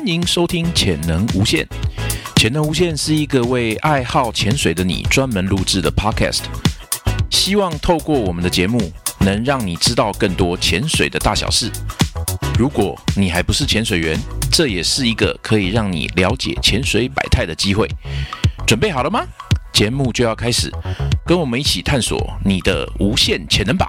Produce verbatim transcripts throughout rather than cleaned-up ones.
欢迎收听《潜能无限》。潜能无限是一个为爱好潜水的你专门录制的 podcast， 希望透过我们的节目，能让你知道更多潜水的大小事。如果你还不是潜水员，这也是一个可以让你了解潜水百态的机会。准备好了吗？节目就要开始，跟我们一起探索你的无限潜能吧！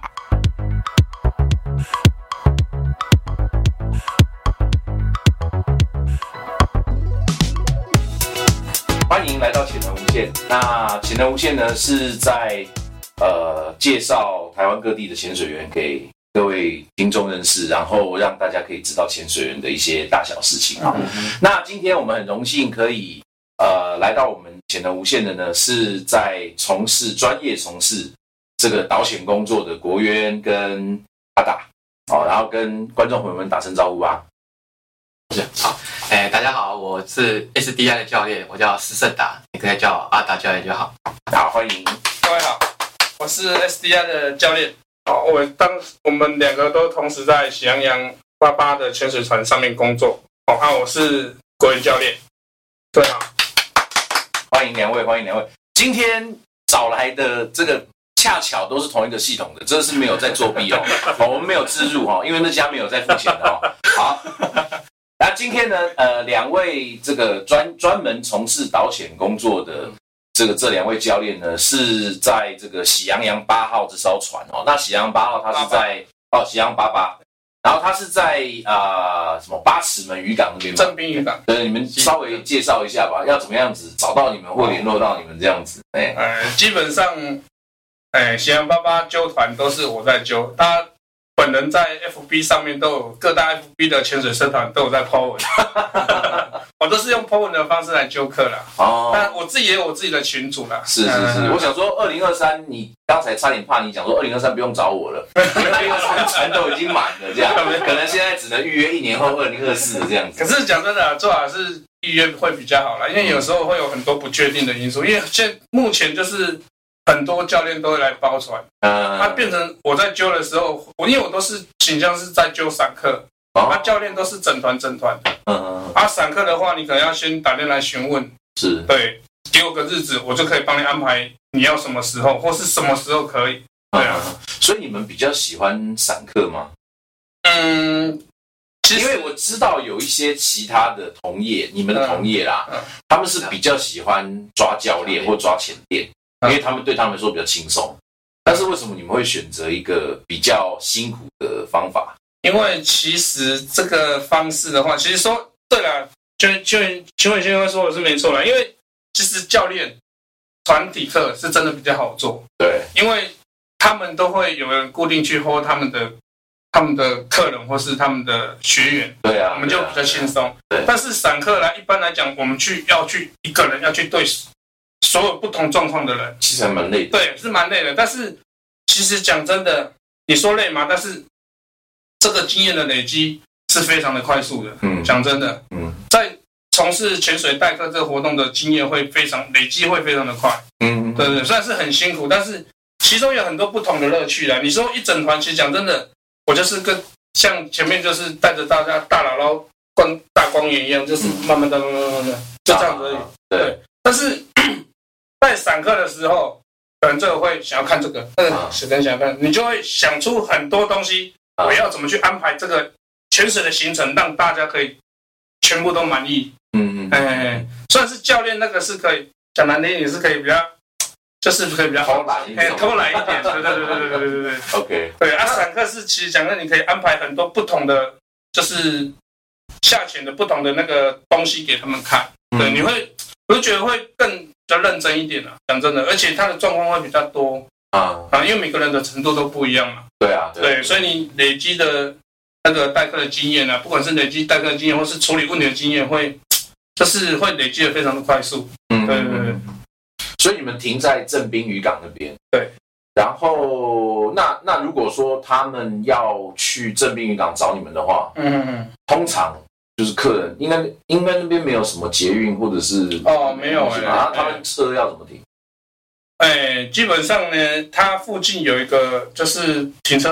欢迎来到潜能无限。那潜能无限呢，是在呃介绍台湾各地的潜水员给各位听众认识，然后让大家可以知道潜水员的一些大小事情啊。嗯、那今天我们很荣幸可以呃来到我们潜能无限的呢，是在从事专业从事这个导潜工作的国渊跟阿达，好、哦，然后跟观众朋友们打声招呼吧。 好，哎，大家好，我是 S D I 的教练，我叫施胜达，你可以叫我阿达教练就好。 好，欢迎各位好，我是 S D I 的教练。好，我当我们两个都同时在喜羊羊八八的潜水船上面工作。好，啊，我是国渊教练。对啊， 欢迎两位，欢迎两位。今天找来的这个恰巧都是同一个系统的，这是没有在作弊哦，哦我们没有置入哦，因为那家没有在付钱的哦。好。那今天呢，呃，两位这个专专门从事导潜工作的这个这两位教练呢，是在这个喜羊羊八号这艘船哦。那喜羊羊八号它是在哦喜羊羊八八，然后它是在啊、呃、什么八尺门渔港那边吗？ 正滨渔港。 对，你们稍微介绍一下吧，要怎么样子找到你们或联络到你们这样子？哎、 呃，基本上，哎，喜羊羊八八揪团都是我在揪，他本人在 F B 上面都有各大 F B 的潜水社团都有在 po 文，我都是用 po 文的方式来揪课啦。哦，但我自己也有我自己的群组啦。 是是是，嗯、我想说二零二三，你刚才差点怕你讲说二零二三不用找我了，二零二三船都已经满了，这样可能现在只能预约一年后二零二四的这样子。 可是讲真的、啊，最好是预约会比较好啦，因为有时候会有很多不确定的因素，因为现目前就是。很多教练都会来包船，嗯，他、啊、变成我在揪的时候，我因为我都是倾向是在揪散客，哦，啊教练都是整团整团的，嗯，啊散客的话，你可能要先打电话来询问， 是， 对，给我个日子，我就可以帮你安排你要什么时候，或是什么时候可以，对啊， 嗯、所以你们比较喜欢散客吗？ 嗯， 其实因为我知道有一些其他的同业，你们的同业啦，嗯嗯、他们是比较喜欢抓教练或抓潜店。因为他们对他们来说比较轻松，但是为什么你们会选择一个比较辛苦的方法？ 因为其实这个方式的话，其实说对了，就就秦伟先生说的是没错啦，因为其实教练团体课是真的比较好做， 对， 因为他们都会有人固定去 hold 他们的他们的客人或是他们的学员， 对啊， 我们就比较轻松。 对， 但是散客来一般来讲，我们去要去一个人要去对所有不同状况的人， 其实还蛮累的。 对，是蛮累的。但是其实讲真的，你说累吗？但是这个经验的累积是非常的快速的。嗯，讲真的，嗯，在从事潜水代课这个活动的经验会非常累积，会非常的快。嗯，对对，虽然是很辛苦，但是其中有很多不同的乐趣啦。你说一整团，其实讲真的，我就是跟像前面就是带着大家大姥姥逛大光源一样，就是慢慢的、慢慢慢的，就这样子而已。对，对但是。在散客的时候，可能这个会想要看这个，嗯，是跟想看，你就会想出很多东西，啊、我要怎么去安排这个潜水的行程，让大家可以全部都满意。嗯嗯，哎，虽然是教练那个是可以讲难听也是可以比较，就是可以比较偷懒一点， 偷懒一点，对对对对对对对对。 OK， 对啊，散客是其实讲的，你可以安排很多不同的，就是下潜的不同的那个东西给他们看，对，你会，我就觉得会更。比较认真一点啊，讲真的，而且他的状况会比较多啊啊，因为每个人的程度都不一样嘛。 对啊，对， 对所以你累积的那个代课的经验啊，不管是累积代课的经验，或是处理问题的经验，会就是会累积的非常的快速。嗯，对对对。 所以你们停在正滨渔港那边。 对。 然后，那那如果说他们要去正滨渔港找你们的话，嗯嗯嗯，通常。就是客人应该应该那边没有什么捷运或者是哦没有哎、欸， 啊他们车要怎么停？ 哎，基本上呢，它附近有一个就是停车场，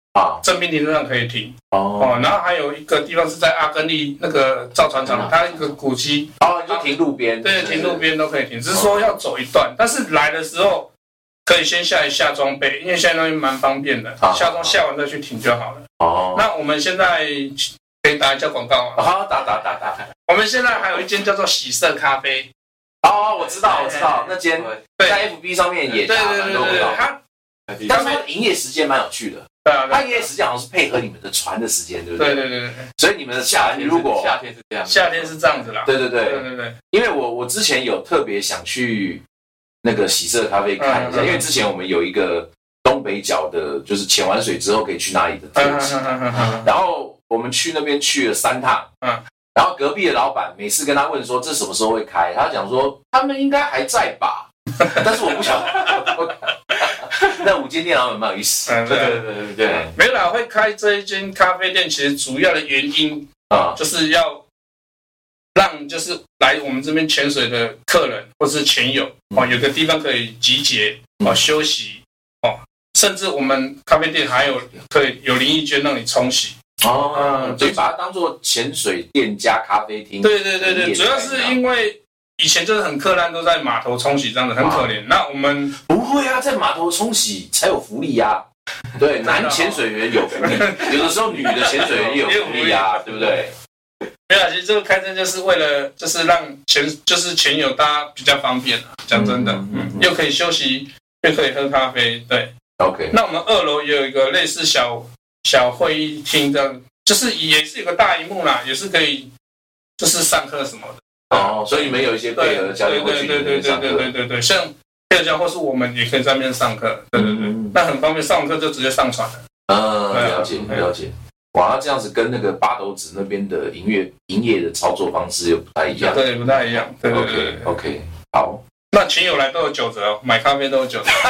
啊，正滨停车场可以停哦，哦，然后还有一个地方是在阿根利那个造船厂，它一个古迹哦，你就停路边， 对，停路边都可以停，只是说要走一段，但是来的时候可以先下来下装备，因为现在那边蛮方便的，下装下完再去停就好了。哦，那我们现在可以打一下广告吗？ 好，打打打打。 我们现在还有一间叫做喜色咖啡。 哦，我知道，我知道，那间在 F B 上面也打蛮多广告。它，但是它的营业时间蛮有趣的。 对啊， 它营业时间好像是配合你们的船的时间，对不对？ 对对对对。 所以你们的夏天如果夏天是这样， 夏天是这样子啦。 对对对对对对。 因为我我之前有特别想去那个喜色咖啡看一下，因为之前我们有一个东北角的，就是潜完水之后可以去哪里的特辑，然后我们去那边去了三趟，嗯。然后隔壁的老板每次跟他问说这什么时候会开，他讲说他们应该还在吧，但是我不晓得。那五间店老板蛮有意思。 对对对对对，没有啦，会开这一间咖啡店，其实主要的原因啊，就是要让就是来我们这边潜水的客人或是潜友哦，有个地方可以集结哦休息哦，甚至我们咖啡店还有可以有淋浴间让你冲洗。 哦，嗯，所以把它当做潜水店加咖啡厅。 对对对对，主要是因为以前就是很客烂都在码头冲洗这样子，很可怜。那我们不会啊，在码头冲洗才有福利啊。对，男潜水员有福利，有的时候女的潜水员也有福利啊，对不对？ 没有，其实这个开灯就是为了就是让潜就是潜友大家比较方便啊。讲真的，嗯，又可以休息，又可以喝咖啡，对。 OK。 那我们二楼也有一个类似小。小会议厅这样，就是也是有个大萤幕啦，也是可以，就是上课什么的。 哦，所以你们有一些配合教练会去那边上课。 对对对对对对，像配合教或是我们也可以在那边上课。对对对，嗯、那很方便，上完课就直接上传了。 嗯，了解了解。哇，那这样子跟那个八斗子那边的营业营业的操作方式又不太一样。 对，不太一样。对对对 ，OK OK， 好。 那群友来都有九折哦，买咖啡都有九折。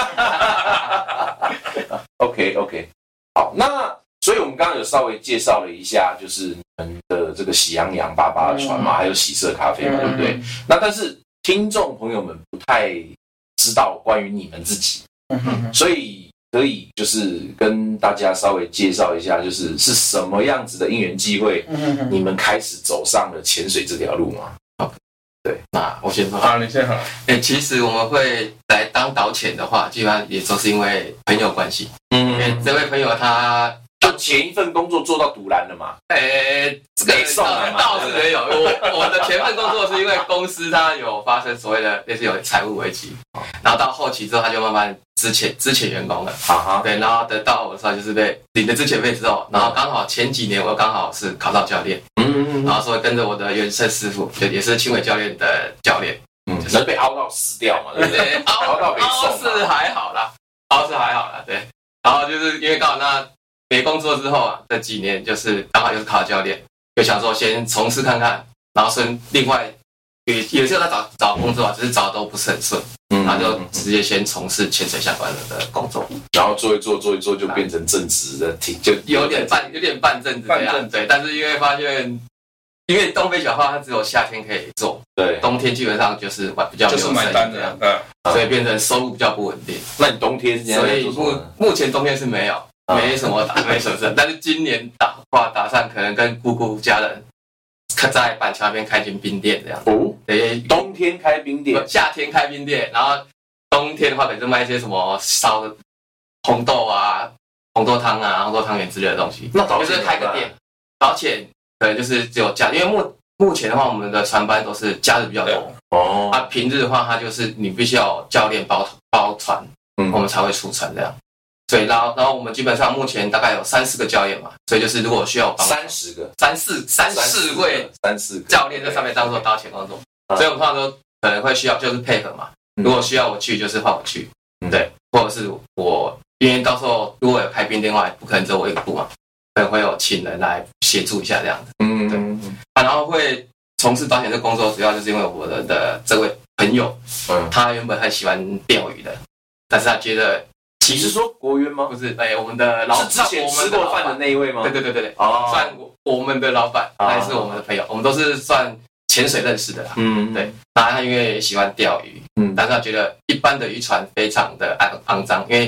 OK OK， 好，那。所以我们刚刚有稍微介绍了一下，就是你们的这个喜羊羊爸爸的船嘛，嗯、还有喜色咖啡嘛，嗯、对不对？那但是听众朋友们不太知道关于你们自己，嗯、所以可以就是跟大家稍微介绍一下，就是是什么样子的因缘际会，嗯、你们开始走上了潜水这条路嘛？ 好，对，那我先说。 好，你先好。 哎，其实我们会来当导潜的话，基本上也都是因为朋友关系。嗯，因为这位朋友他。 就前一份工作做到独蓝了嘛？ 诶，这个倒倒是没有。我我的前份工作是因为公司它有发生所谓的类似有财务危机，然后到后期之后他就慢慢资遣资遣员工了。啊对，然后得到我的时候就是被领了资遣费之后，然后刚好前几年我刚好是考到教练，嗯，然后所以跟着我的原生师傅，就也是轻轨教练的教练， 嗯，就是被凹到死掉嘛，对不对？凹到被送。 凹是还好啦，凹是还好啦，对。然后就是因为刚好那。没工作之后啊，这几年就是刚好又是考教练，就想说先从事看看，然后顺另外也也是在找找工作啊，只是找都不是很顺，嗯，然后就直接先从事潜水相关的工作， 然后做一做做一做就变成正职的，就有点半有点半正职这样，对，但是因为发现，因为东北角话它只有夏天可以做， 对， 冬天基本上就是比较没有就是买单的， 对，所以变成收入比较不稳定。 那你冬天是这样所以目目前冬天是没有。没什么打，没什么事，但是今年打话打算可能跟姑姑家人在板桥那边开间冰店这样。 哦，对，冬天开冰店， 夏天开冰店，然后冬天的话可能就卖一些什么烧红豆啊、红豆汤啊、红豆汤圆之类的东西。 那就是开个店，早前可能就是只有假，因为目目前的话，我们的船班都是假日比较多哦。啊，平日的话，它就是你必须要有教练包包船，嗯，我们才会出船这样。所以，然后，然后我们基本上目前大概有三四个教练嘛，所以就是如果需要帮三十个、 三四、三四位、 三四教练在上面当做导潜工作，所以我们通常都可能会需要就是配合嘛。如果需要我去，就是换我去，对，或者是我因为到时候如果有开冰店的话，不可能只有我一个部嘛，可能会有请人来协助一下这样子。嗯，对。啊，然后会从事导潜这工作，主要就是因为我的的这位朋友，嗯，他原本很喜欢钓鱼的，但是他觉得。 你是说国渊吗？ 不是，哎，我们的老是之前吃过饭的那一位吗？ 对对对对对，哦，算我我们的老板还是我们的朋友，我们都是算潜水认识的啦。嗯，对。然后他因为喜欢钓鱼，嗯，但是他觉得一般的渔船非常的肮肮脏，因为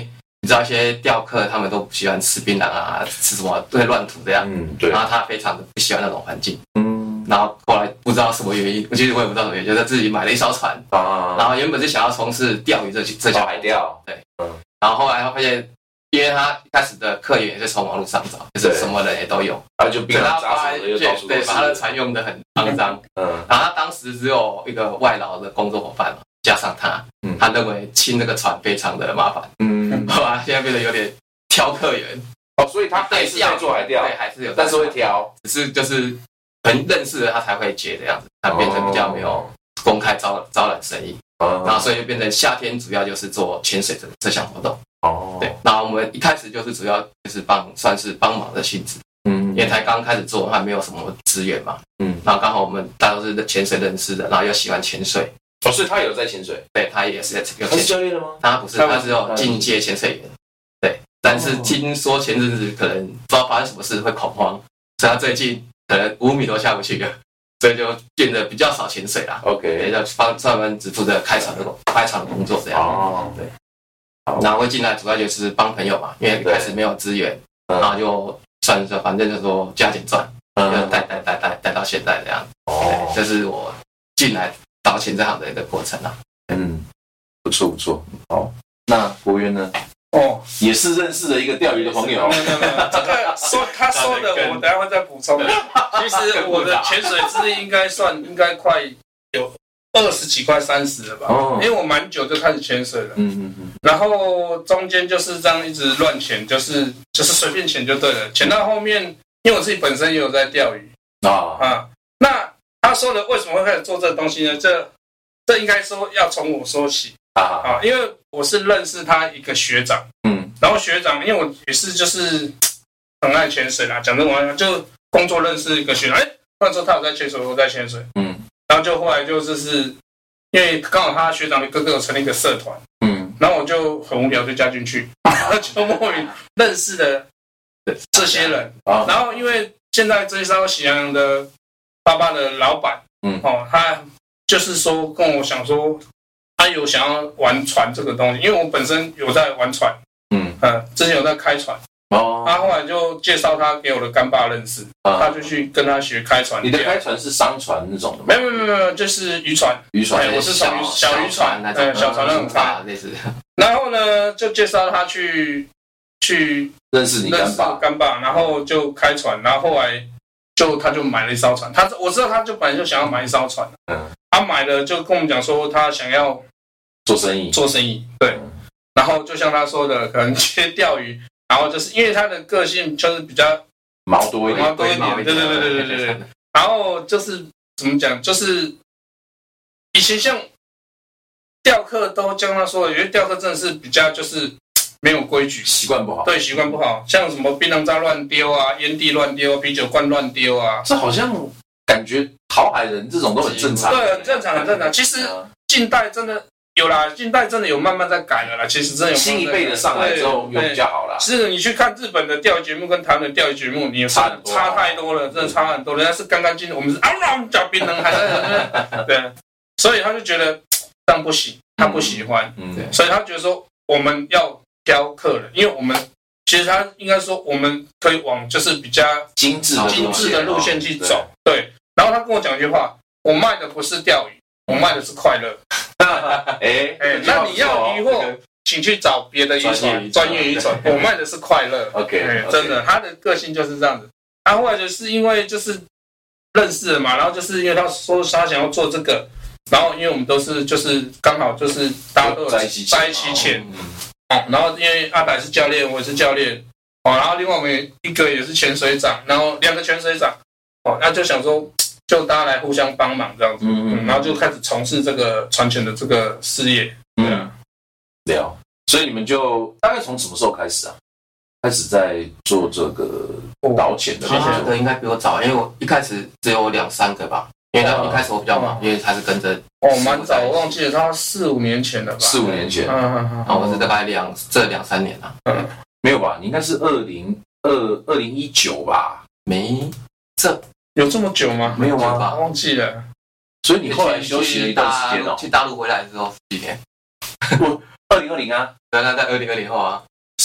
你知道一些钓客他们都不喜欢吃槟榔啊，吃什么都会乱吐这样， 嗯，对。 然后他非常的不喜欢那种环境，嗯，然后后来不知道什么原因，其实我也不知道什么原因，就是自己买了一艘船啊，然后原本是想要从事钓鱼这这项海钓， 对，嗯，然后后来他发现，因为他一开始的客源也是从网络上找，就是什么人也都有， 他就槟榔渣什么的就到处都是， 对，把他的船用的很肮脏，嗯，然后他当时只有一个外劳的工作伙伴嘛。加上他，嗯，他认为清那个船非常的麻烦，嗯，后来现在变得有点挑客源， 哦，所以他还是在做海钓， 对，还是有， 但是会挑， 只是就是很认识的他才会接这样子，他变成比较没有公开招招揽生意，哦，然后所以就变成夏天主要就是做潜水这这项活动，哦，对，然后我们一开始就是主要就是帮算是帮忙的性质，嗯，因为才刚开始做，还没有什么资源嘛，嗯，然后刚好我们大家都是潜水认识的，然后又喜欢潜水。 哦，所以他有在潜水， 对，他也是有他是教练的吗？ 他不是，他只有进阶潜水员，对。但是听说前阵子可能不知道发生什么事会恐慌，所以他最近可能五米都下不去了，所以就变得比较少潜水啦。OK， 要帮专门只负责开船的开船的工作这样。哦，对。然后会进来主要就是帮朋友嘛，因为一开始没有资源，然后就算是反正就说加减赚，就带带带带带到现在这样。哦，这是我进来导潜这行的一个过程啊。 嗯，不错不错。好，那国渊呢？哦，也是认识的一个钓鱼的朋友。 没有没有没有，这个说他说的，我等下会再补充。其实我的潜水资历应该算应该快有二十几快三十了吧？哦，因为我蛮久就开始潜水了。嗯嗯嗯。然后中间就是这样一直乱潜，就是就是随便潜就对了。潜到后面，因为我自己本身也有在钓鱼啊啊。那他说的为什么会开始做这个东西呢？这这应该说要从我说起。啊啊！因为我是认识他一个学长，嗯，然后学长，因为我也是就是很爱潜水啦，讲真话，就工作认识一个学长，哎，突然说他有在潜水，我在潜水，嗯，然后就后来就就是因为刚好他学长的哥哥有成立一个社团，嗯，然后我就很无聊就加进去，然后就莫名认识了这些人，啊，然后因为现在这艘喜羊羊的爸爸的老板，嗯，哦，他就是说跟我想说。他有想要玩船这个东西，因为我本身有在玩船，嗯嗯，之前有在开船，哦，他后来就介绍他给我的干爸认识，啊，他就去跟他学开船。 你的开船是商船那种的吗？ 没有没有没有，就是渔船， 渔船， 我是从小渔船，对，小船那种开，类似。然后呢，就介绍他去去认识你干爸， 干爸，然后就开船，然后后来就他就买了一艘船，他我知道他就本来就想要买一艘船，嗯，他买了就跟我们讲说他想要。 做生意， 做生意，对。然后就像他说的，可能接钓鱼，然后就是因为他的个性就是比较毛多一点， 毛多一点，对对对对对对。然后就是怎么讲，就是以前像钓客都将他说的，因为钓客真的是比较就是没有规矩， 习惯不好， 对，习惯不好，像什么槟榔渣乱丢啊，烟蒂乱丢，啤酒罐乱丢啊， 这好像感觉讨海人这种都很正常， 对，很正常，很正常。其实近代真的。有啦，近代真的有慢慢在改了啦。其实真的有新一辈的上来之后又比较好啦。 是你去看日本的钓鱼节目跟台湾的钓鱼节目，你差很多，差太多了，真的差很多。人家是干干净净，我们是啊，我们叫槟榔还在对，所以他就觉得这样不行，他不喜欢，嗯，所以他觉得说我们要挑客人，因为我们其实他应该说我们可以往就是比较精致精致的路线去走，对。然后他跟我讲一句话，我卖的不是钓鱼，我卖的是快乐。哎哎，那你要渔获，请去找别的渔船，专业渔船。我卖的是快乐 ，OK， 真的，他的个性就是这样子。他后来就是因为就是认识了嘛，然后就是因为他说他想要做这个，然后因为我们都是就是刚好就是大家都有在一起在一起潜，哦，然后因为阿柏是教练，我也是教练，哦，然后另外我们一个也是潜水长，然后两个潜水长，哦，那就想说。就大家来互相帮忙这样子，嗯嗯，然后就开始从事这个船潜的这个事业，对啊， 了。所以你们就大概从什么时候开始啊？开始在做这个导潜的？ 这个应该比我早，因为我一开始只有两三个吧，因为他一开始我比较忙，因为他是跟着哦，蛮早，我忘记了，他四五年前了吧？ 四五年前， 嗯嗯嗯， 然后我是大概两这两三年了， 嗯，没有吧？你应该是二零二二零一九吧？ 没这。 有这么久吗？ 没有吗？ 忘记了。 所以你后来休息了一段时间哦。 去大陆回来之后几年？ 我二零二零啊， 对，那在二零二零后啊，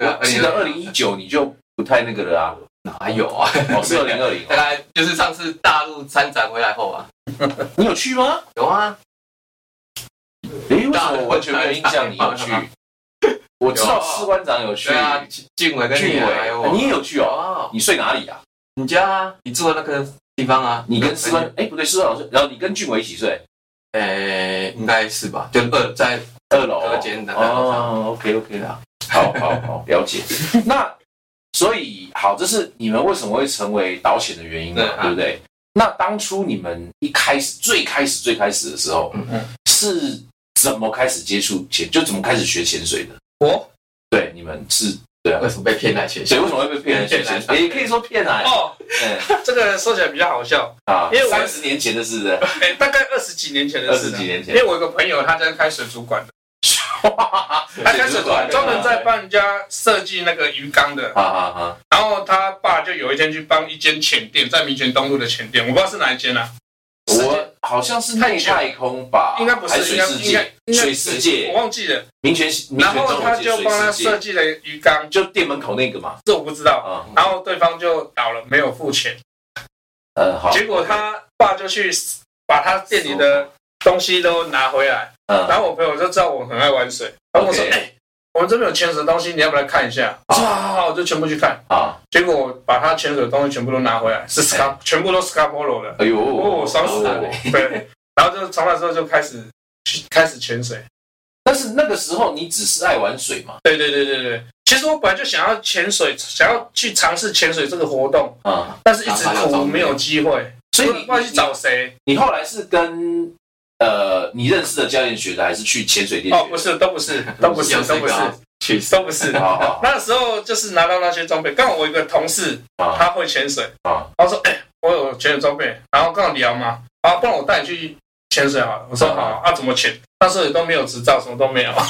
我记得二零一九你就不太那个了啊。 哪有啊？ 哦，是二零二零， 大概就是上次大陆参展回来后啊。 你有去吗？ 有啊。 诶，为什么我完全没有印象你有去？我知道士官长有去。 对啊，俊伟跟俊伟，你也有去哦。你睡哪里啊？ 你家啊，你住的那个地方啊。 你跟士官，哎，不对，士官长睡，然后你跟俊伟一起睡。 诶，应该是吧？就二在二楼隔间的。 哦 ，OK OK 的，好好好，了解。那。所以好，这是你们为什么会成为导潜的原因嘛，对不对？那当初你们一开始、最开始、最开始的时候，嗯嗯，是怎么开始接触潜，就怎么开始学潜水的？ 我， 对，你们是，对啊， 为什么被骗来潜水？ 对，为什么会被骗来潜水？也可以说骗来哦。嗯，这个说起来比较好笑啊，因为三十年前的事的， 哎，大概二十几年前的事， 二十几年前， 因为我有个朋友他在开水族馆的。他开始专门在帮人家设计那个鱼缸的，然后他爸就有一天去帮一间潜店，在民权东路的潜店，我不知道是哪一间啊。 我好像是内太空吧， 应该不是， 水世界，水世界， 我忘记了。 民权， 然后他就帮他设计了鱼缸， 就店门口那个嘛， 这我不知道。然后对方就倒了，没有付钱。 呃，好。 结果他爸就去把他店里的东西都拿回来。然后我朋友就知道我很爱玩水，然后我说：“哎、欸，我们这边有潜水的东西，你要不要来看一下？”我说：“好好好，我就全部去看。”啊，结果我把他潜水的东西全部都拿回来，是 Scar，、欸、全部都 Scarpolo 的。哎呦，哦，爽死了！对，然后就从那时候就开始去开始潜水。 但是那个时候你只是爱玩水嘛？ 对对对对对。其实我本来就想要潜水，想要去尝试潜水这个活动啊，但是一直苦没有机会，所以你不知道去找谁。 你后来是跟？呃，你认识的教练学的，还是去潜水店学的？ 哦，不是，都不是，都不是，都不是，去都不是。那时候就是拿到那些装备，刚好我一个同事，他会潜水，他说：“哎，我有潜水装备。”然后跟我聊嘛，啊，不然我带你去潜水好了。我说好，啊，怎么潜？那时候也都没有执照，什么都没有。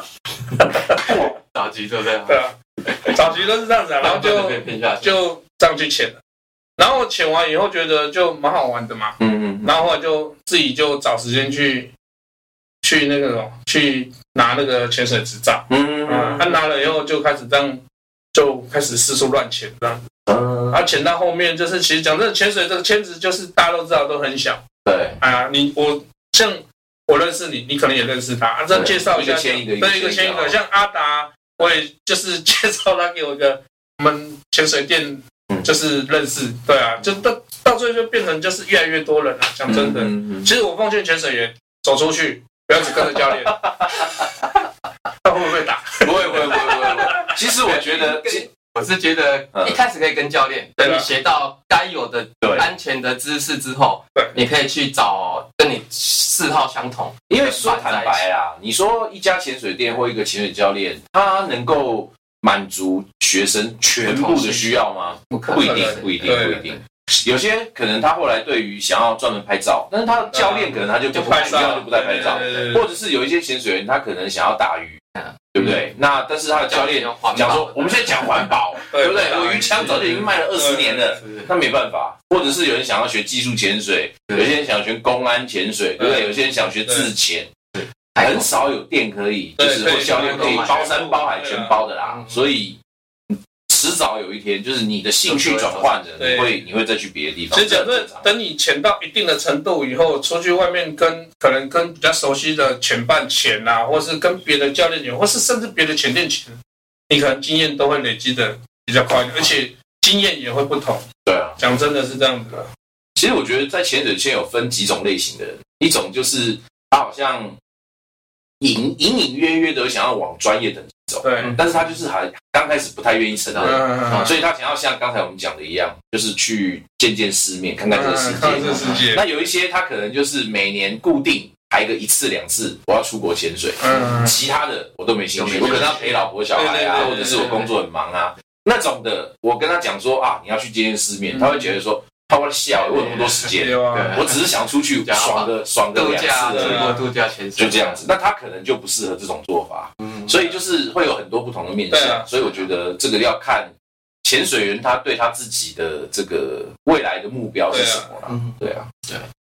早期都这样。 对啊，早期都是这样子啊，然后就就这样去潜了。然后潜完以后觉得就蛮好玩的嘛，嗯嗯，然后后来就自己就找时间去去那个去拿那个潜水执照，嗯嗯，他、啊、拿了以后就开始这样就开始四处乱潜这样子，嗯，啊潜到后面就是其实讲真的，潜水这个圈子就是大家都知道都很小， 对， 啊你我像我认识你，你可能也认识他，啊这样介绍一下， 签一个， 对一个签一个，像阿达，我也就是介绍他给我一个我们潜水店。就是认识，对啊，就到到最后就变成就是越来越多人了。讲真的，嗯嗯嗯、其实我奉劝潜水员走出去，不要只跟着教练，他会不会被打？ 不会，不会，不会，不会。不会其实我觉得， 我是觉得一开始可以跟教练，等你学到该有的安全的知识之后，对，你可以去找跟你嗜好相同。 因为说坦白啦，你说一家潜水店或一个潜水教练，他能够满足学生全部的需要吗？不一定，不一定，不一定。有些可能他后来对于想要专门拍照，但是他的教练可能他就不拍照，就不再拍照，或者是有一些潜水员他可能想要打鱼，对不对？那但是他的教练讲说，我们现在讲环保，对不对？我鱼枪早就已经卖了二十年了，那没办法。或者是有人想要学技术潜水，有些人想学公安潜水，对不对？有些人想学自潜。很少有店可以，就是或教练可以包山包海全包的啦，所以迟早有一天，就是你的兴趣转换了，你会你会再去别的地方。 其实讲真，等你潜到一定的程度以后，出去外面跟可能跟比较熟悉的潜伴潜啊，或是跟别的教练潜，或是甚至别的潜店潜，你可能经验都会累积的比较快，而且经验也会不同。 对啊， 讲真的是这样子的。 其实我觉得在潜水圈有分几种类型的人，一种就是他好像。隐隐隐约约的想要往专业等级走，对，但是他就是还刚开始不太愿意承认，嗯、所以他想要像刚才我们讲的一样，就是去见见世面，看看这个世界。 看看这个世界。 那有一些他可能就是每年固定排个一次两次，我要出国潜水，嗯、其他的我都没兴趣，我可能要陪老婆小孩啊，或者是我工作很忙啊，那种的，我跟他讲说啊，你要去见见世面，嗯、他会觉得说。他会笑，我有那么多时间，我只是想出去爽个爽个两次的度假潜水， 就这样子。那他可能就不适合这种做法，嗯，所以就是会有很多不同的面向。所以我觉得这个要看潜水员他对他自己的这个未来的目标是什么啦。对啊，对。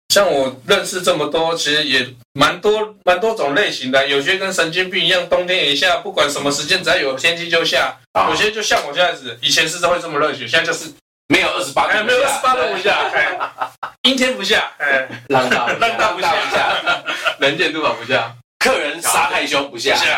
像我认识这么多，其实也蛮多蛮多种类型的，有些跟神经病一样，冬天也下，不管什么时间，只要有天气就下。啊、有些就像我这样子，以前是会这么热血，现在就是没有二十八， 哎，没有二十八度不下，阴天不下，哎， 浪大浪大不下， 能见度不下， 客人杀太凶不下。 其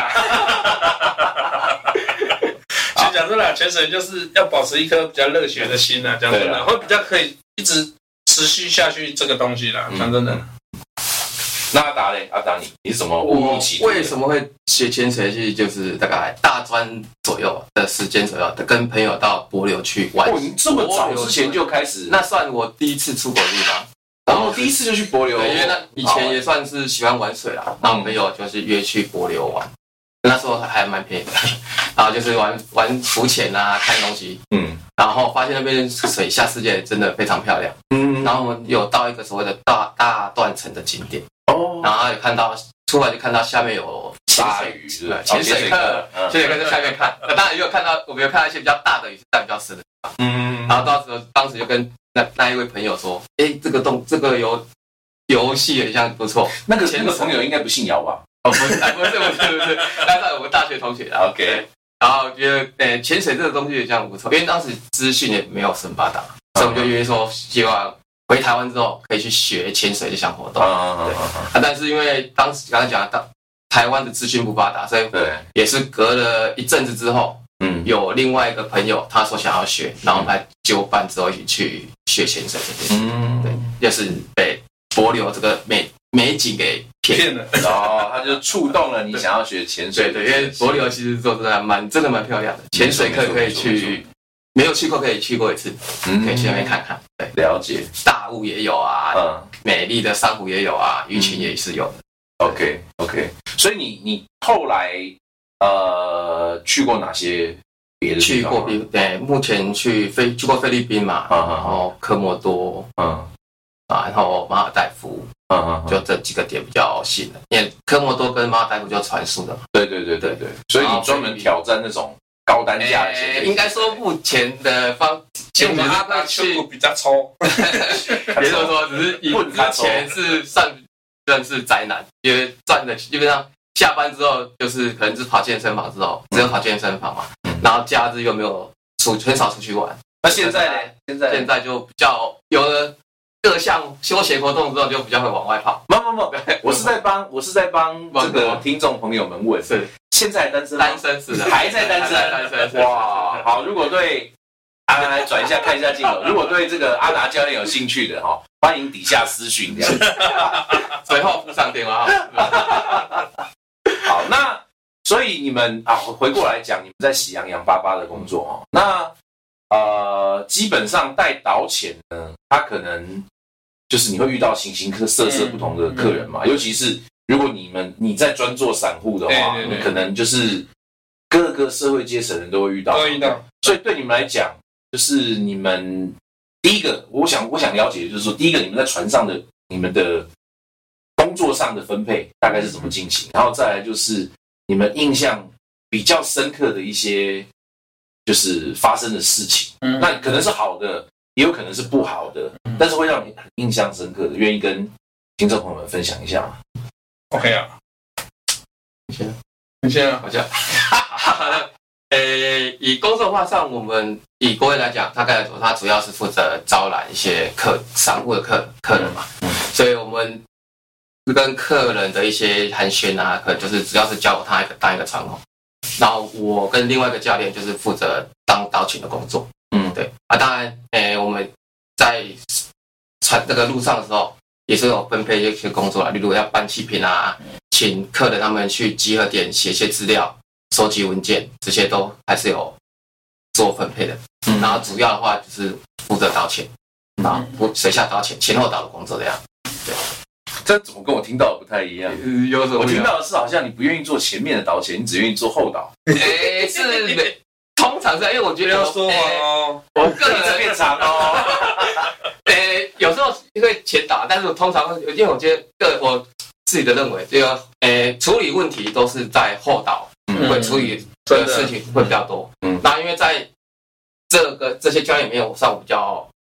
实讲真的，潜水就是要保持一颗比较热血的心啊，讲真的，会比较可以一直持续下去这个东西啦。讲真的。 那阿达嘞？阿达你你是什么误入歧途？ 为什么会学潜水？其实就是大概大专左右的时间左右，跟朋友到帛琉去玩。 哦，你这么早之前就开始？ 那算我第一次出国的地方。 然后第一次就去帛琉， 对，因为那以前也算是喜欢玩水啦。然后朋友就是约去帛琉玩，那时候还蛮便宜的。然后就是玩玩浮潜啊，看东西。嗯。然后发现那边水下世界真的非常漂亮。嗯。然后我们有到一个所谓的大大断层的景点。哦。然后也看到出来就看到下面有鲨鱼， 对，潜水课，潜水课在下面看。那当然也有看到，我们有看到一些比较大的鱼，但比较深的地方。嗯。然后到时候当时就跟那那一位朋友说：“哎，这个动这个游游戏好像不错。” 那个那个朋友应该不姓姚吧？ 哦，不是，不是，不是，不是，他是我们大学同学啊。 OK。 然后觉得，诶，潜水这个东西这样不错，因为当时资讯也没有很发达，所以我们就约说，希望回台湾之后可以去学潜水这项活动。对。啊，但是因为当时刚才讲到台湾的资讯不发达，所以也是隔了一阵子之后，嗯，有另外一个朋友他说想要学，然后来就办之后一起去学潜水这件事。嗯，对，就是被帛琉这个美美景给骗了。 哦，他就触动了你想要学潜水。 对对，因为帛琉其实做真的蛮真的蛮漂亮的，潜水课可以去，没有去过可以去过一次，可以去那边看看。对， 了解。 大雾也有啊，嗯，美丽的珊瑚也有啊，鱼群也是有的。 OK OK， 所以你你后来呃去过哪些别的地方？ 去过比对，目前去菲去过菲律宾嘛，然后科摩多，嗯啊，然后马尔代夫。嗯嗯，就这几个点比较新的，因为科摩多跟马尔代夫就传输的嘛。 对对对对对，所以你专门挑战那种高单价的潜水。 应该说目前的方， 其实我们阿达去比较抽， 别说说，只是以之前是算算是宅男，因为赚的基本上下班之后就是可能是跑健身房之后，只有跑健身房嘛，然后假日又没有出很少出去玩。 那现在呢？现在现在就比较有了。各项休闲活动之后就比较会往外跑。 不不不，我是在帮我是在帮这个听众朋友们问， 是现在单身吗？ 单身是的， 还在单身， 单身。 哇，好，如果对阿达来转一下看一下镜头，如果对这个阿达教练有兴趣的哈，欢迎底下私讯这样子， 随后附上电话号。 好，那所以你们啊，回过来讲，你们在喜羊羊巴巴的工作哦，那呃，基本上带导潜呢，他可能。就是你会遇到形形色色不同的客人嘛，嗯嗯、尤其是如果你们你在专做散户的话，对对对，你可能就是各个社会阶层人都会遇到， 都会遇到。 所以对你们来讲，就是你们第一个，我想我想了解，就是说，第一个你们在船上的你们的工作上的分配大概是怎么进行，然后再来就是你们印象比较深刻的一些就是发生的事情，嗯、那可能是好的。也有可能是不好的，但是会让你很印象深刻的，愿意跟听众朋友们分享一下吗 ？OK 啊， 你先， 你先啊， 好像。好的，呃，以工作化上，我们以国外来讲，大概来说，他主要是负责招揽一些客商务的客客人嘛，嗯，所以我们跟客人的一些寒暄啊，可能就是只要是叫他一个当一个窗口，然后我跟另外一个教练就是负责当导潜的工作。嗯，对啊，当然，诶，我们在船这个路上的时候，也是有分配一些工作啦，例如要搬气瓶啊，请客人他们去集合点写一些资料、收集文件，这些都还是有做分配的。嗯，然后主要的话就是负责导潜，然后水下导潜、前后导的工作这样。对， 这怎么跟我听到的不太一样？ 嗯、有什么？ 我听到的是好像你不愿意做前面的导潜，你只愿意做后导。 诶，是。通常是因为我觉得要说哦， 我个人在变长哦。 呃，有时候会前导，但是我通常因为我觉得个我自己的认为，这个呃处理问题都是在后导，嗯、会处理的事情会比较多。嗯，那因为在这个这些教练里面，我算比较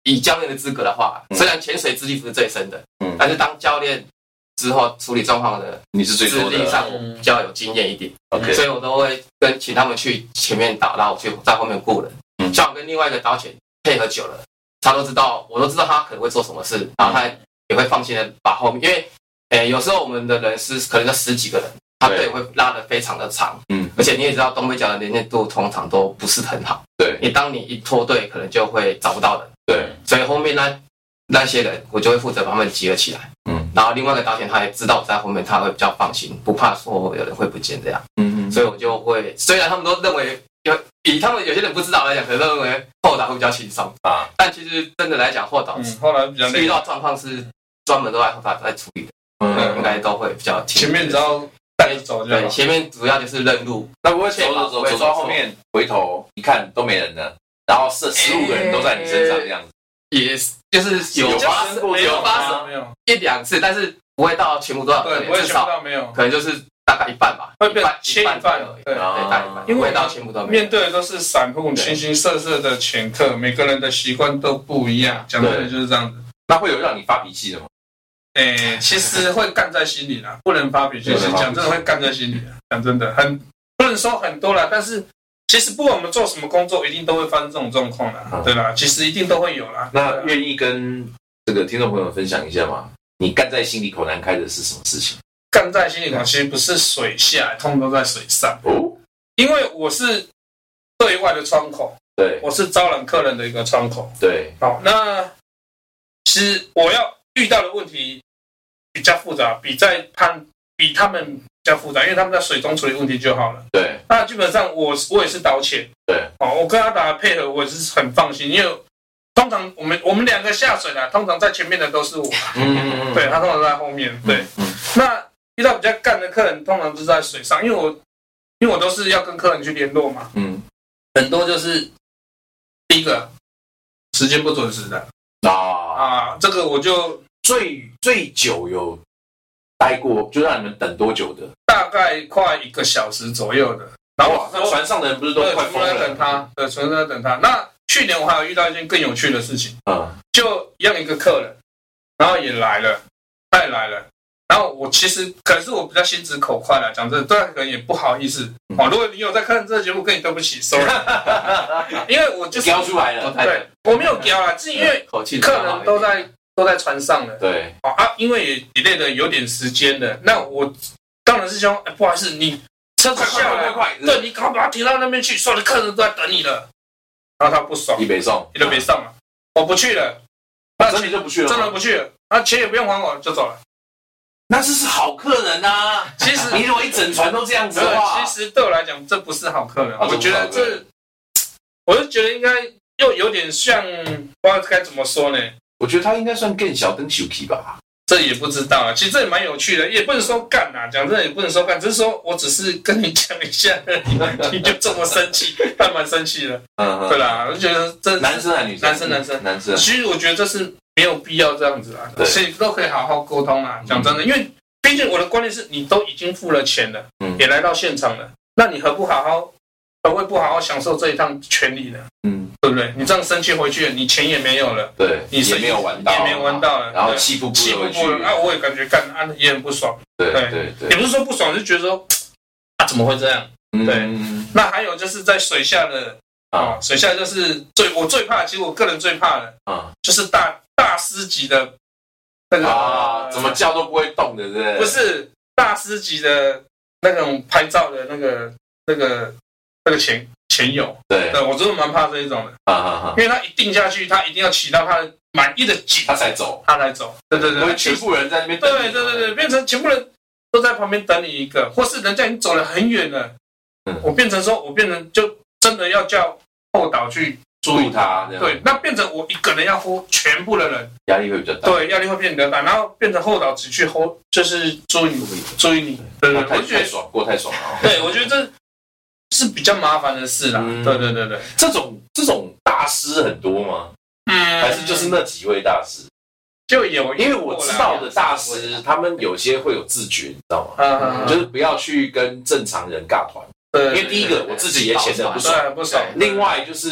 以教练的资格的话，虽然潜水资历不是最深的，嗯，但是当教练之后处理状况的， 你是最多的， 资历上我比较有经验一点。 OK， 所以我都会跟请他们去前面导，然后我去在后面顾人。嗯，像我跟另外一个导潜配合久了，他都知道，我都知道他可能会做什么事，然后他也会放心的把后面，因为，诶，有时候我们的人是可能就十几个人。他队会拉得非常的长，嗯，而且你也知道东北角的连接度通常都不是很好， 对， 你当你一脱队，可能就会找不到人， 对， 所以后面那那些人，我就会负责把他们集合起来，嗯，然后另外一个导潜他也知道我在后面，他会比较放心，不怕说有人会不见这样，嗯嗯，所以我就会，虽然他们都认为有以他们有些人不知道来讲，可能认为后导会比较轻松啊，但其实真的来讲，后导嗯后来比较遇到状况是专门都在后导在处理的，嗯，应该都会比较前面只要。带着走就好， 对，前面主要就是认路， 那不会走走走走到后面回头一看都没人了，然后是十五个人都在你身上这样子， 也就是有发生过，有发生没有一两次，但是不会到全部都要， 对，不会全部到没有， 可能就是大概一半吧， 会变切一半， 对，大一半，因为到全部都没有。 面对的都是散户、形形色色的潜客，每个人的习惯都不一样，讲真的就是这样子。 那会有让你发脾气的吗？ 诶，其实会干在心里啦，不能发脾气。讲真的，会干在心里啦。讲真的，很不能说很多啦，但是其实不管我们做什么工作，一定都会发生这种状况啦，嗯、对啦，其实一定都会有啦。 那愿意跟这个听众朋友分享一下吗？你干在心里口难开的是什么事情？ 干在心里口其实不是水下，通通都在水上哦。因为我是对外的窗口， 对， 我是招揽客人的一个窗口， 对。 好，那其实我要遇到的问题比较复杂，比在判比他们比较复杂，因为他们在水中处理问题就好了。 对， 那基本上我我也是导潜， 对， 哦，我跟他打的配合我也是很放心，因为通常我们我们两个下水啦，通常在前面的都是我，嗯，对，他通常在后面，对，嗯，那遇到比较干的客人，通常就是在水上，因为我因为我都是要跟客人去联络嘛，嗯，很多就是第一个时间不准时的啊啊，这个我就。 最最久有待过，就让你们等多久的？ 大概快一个小时左右的。然后那船上的人不是都快疯了？ 全部在等他，对，全部在等他。那去年我还有遇到一件更有趣的事情，嗯，就一样一个客人，然后也来了，他也来了。然后我其实可能是我比较心直口快啦，讲真的，对他可能也不好意思。哦，如果你有在看这个节目，跟你对不起 ，sorry， 因为我就是飙出来了， 对，我没有飙啦，是因为客人都在。都在船上了， 对， 啊，因为也 delay 的有点时间了，那我当然是希望，哎，不好意思，你车子下来，对，你赶快把它停到那边去，所有的客人都在等你了。然后他不爽， 你没送， 你都别上了，我不去了， 那真的就不去了， 真的不去了，啊，钱也不用还我，就走了。 那这是好客人啊！ 其实你如果一整船都这样子的话， 其实对我来讲，这不是好客人，我觉得这，我就觉得应该又有点像，不知道该怎么说呢。 我觉得他应该算更小灯球皮吧， 这也不知道啊。其实这也蛮有趣的，也不能说干啊，讲真的也不能说干，只是说我只是跟你讲一下而已，你就这么生气，还蛮生气的。嗯，对啦，我就觉得这男生还是女生？ 男生，男生， 男生。 其实我觉得这是没有必要这样子啊，所以都可以好好沟通啊。讲真的，因为毕竟我的观念是你都已经付了钱了，嗯，也来到现场了，那你何不好好，何会不好好享受这一趟权利呢？嗯。对不对？你这样生气回去了，你钱也没有了， 对， 你也没有玩到， 也没有玩到了， 然后气不不回去， 啊，我也感觉干啊也很不爽， 对对对， 也不是说不爽，就觉得说啊怎么会这样？对，那还有就是在水下的啊，水下就是最我最怕，其实我个人最怕的啊，就是大大师级的那个啊，怎么叫都不会动的，对不对？ 不是大师级的那种拍照的那个那个那个钱。前有， 对， 对我真的蛮怕这一种的，啊啊啊！因为他一定下去，他一定要起到他的满意的景， 他才走， 他才走，对对对， 对全部人在那边等， 对对对对，变成全部人都在旁边等你一个，或是人家已经走了很远了，嗯，我变成说我变成就真的要叫后导去注意他， 对，那变成我一个人要 hold 全部的人， 压力会比较大， 对，压力会变得大，然后变成后导只去 hold， 就是注意你，注意你，对对， 我觉得太爽，过太爽了， 对我觉得这。是比较麻烦的事啦，嗯、对对对对， 这种这种大师很多吗？嗯，还是就是那几位大师就有， 因为我知道的大师，他们有些会有自觉，你知道吗？嗯、就是不要去跟正常人尬团，对，因为第一个我自己也显得不爽， 不爽。 另外就是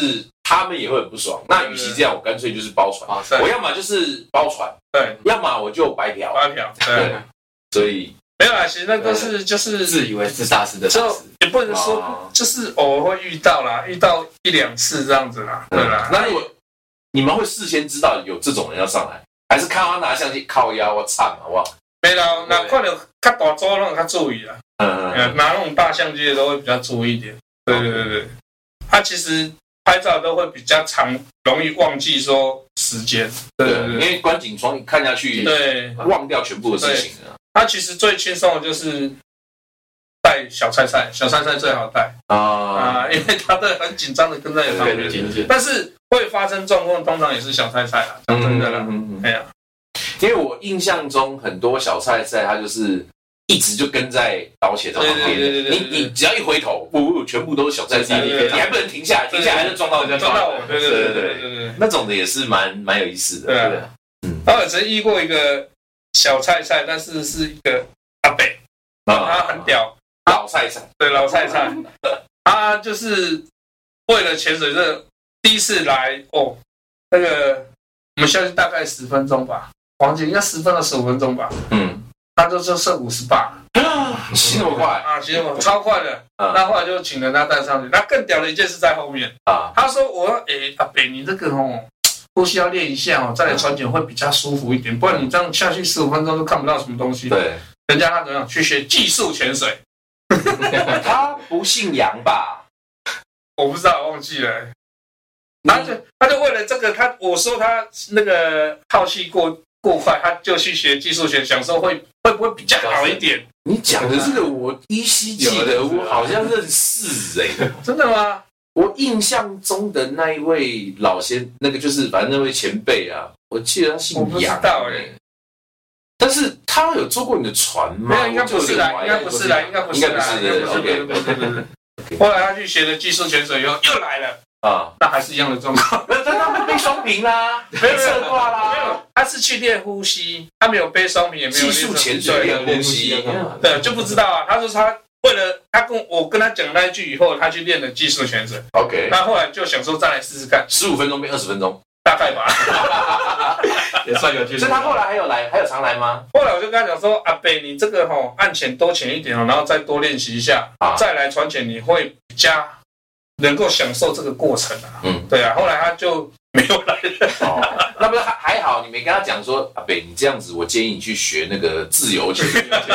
他们也会很不爽。那与其这样，我干脆就是包船，我要么就是包船， 对， 要么我就白嫖， 白嫖，对， 所以。 没有啦，其实那都是就是自以为是大师的大师， 也不能说就是偶尔会遇到啦，遇到一两次这样子啦，对啦。 那如果你们会事先知道有这种人要上来，还是看他拿相机靠腰我唱好不好？ 没啦，那看到较大组那种较注意啦，嗯嗯，拿那种大相机的都会比较注意一点。对对对对，他其实拍照都会比较长，容易忘记说时间。对对对， 因为关景窗看下去，对，忘掉全部的事情了。 他其实最轻松的就是带小菜菜，小菜菜最好带啊啊，因为他都很紧张的跟在你旁边，但是会发生状况，通常也是小菜菜啦，讲真的啦，哎呀， 因为我印象中很多小菜菜，他就是一直就跟在导潜的旁边，你你只要一回头，呜，全部都是小菜菜，你还不能停下来，停下来就撞到人家， 撞到我，对对对对对对， 那种的也是蛮蛮有意思的， 对啊，嗯，我曾遇过一个。小菜菜，但是是一个阿伯，他很屌， 老菜菜， 对老菜菜，他就是为了潜水这第一次来哦，那个我们下去大概十分钟吧，黄金应该十分到十五分钟吧，嗯，他就就剩五十八， 骑那么快啊，骑那么超快的，那后来就请人家带上去，那更屌的一件事在后面啊，他说我诶阿伯你这个哦。呼吸要练一下哦，再来船潜会比较舒服一点，不然你这样下去十五分钟都看不到什么东西。对，人家他怎样去学技术潜水？ 他不姓杨吧？ 我不知道，忘记了。他就他就为了这个，他我说他那个好气过过快，他就去学技术潜，想说会会不会比较好一点？ 你讲的这个我依稀记得，我好像认识哎， 真的吗？ 我印象中的那一位老先，那个就是反正那位前辈啊，我记得他姓杨， 我不知道哎。 但是他有坐过你的船吗？ 没有，应该不是啦，应该不是啦，应该不是啦，应该不是的。OK， 对对对。后来他去学了技术潜水以后，又来了啊，那还是一样的状况。 但他们背双屏啦，没有侧挂啦， 没有，他是去练呼吸，他没有背双屏，也没有技术潜水练呼吸， 对，就不知道啊。他说他。为了他跟我跟他讲那一句以后，他去练了技术潜水。 OK， 那后来就想说再来试试看， 十五分钟变二十分钟， 大概吧， 也算有趣。 所以他后来还有来，还有常来吗？ 后来我就跟他讲说，阿伯，你这个吼岸潜多潜一点哦，然后再多练习一下，啊、再来船潜，你会比较能够享受这个过程啊。嗯，对啊。后来他就没有来了。 哦，那不是还还好，你没跟他讲说，阿伯，你这样子，我建议你去学那个自由潜。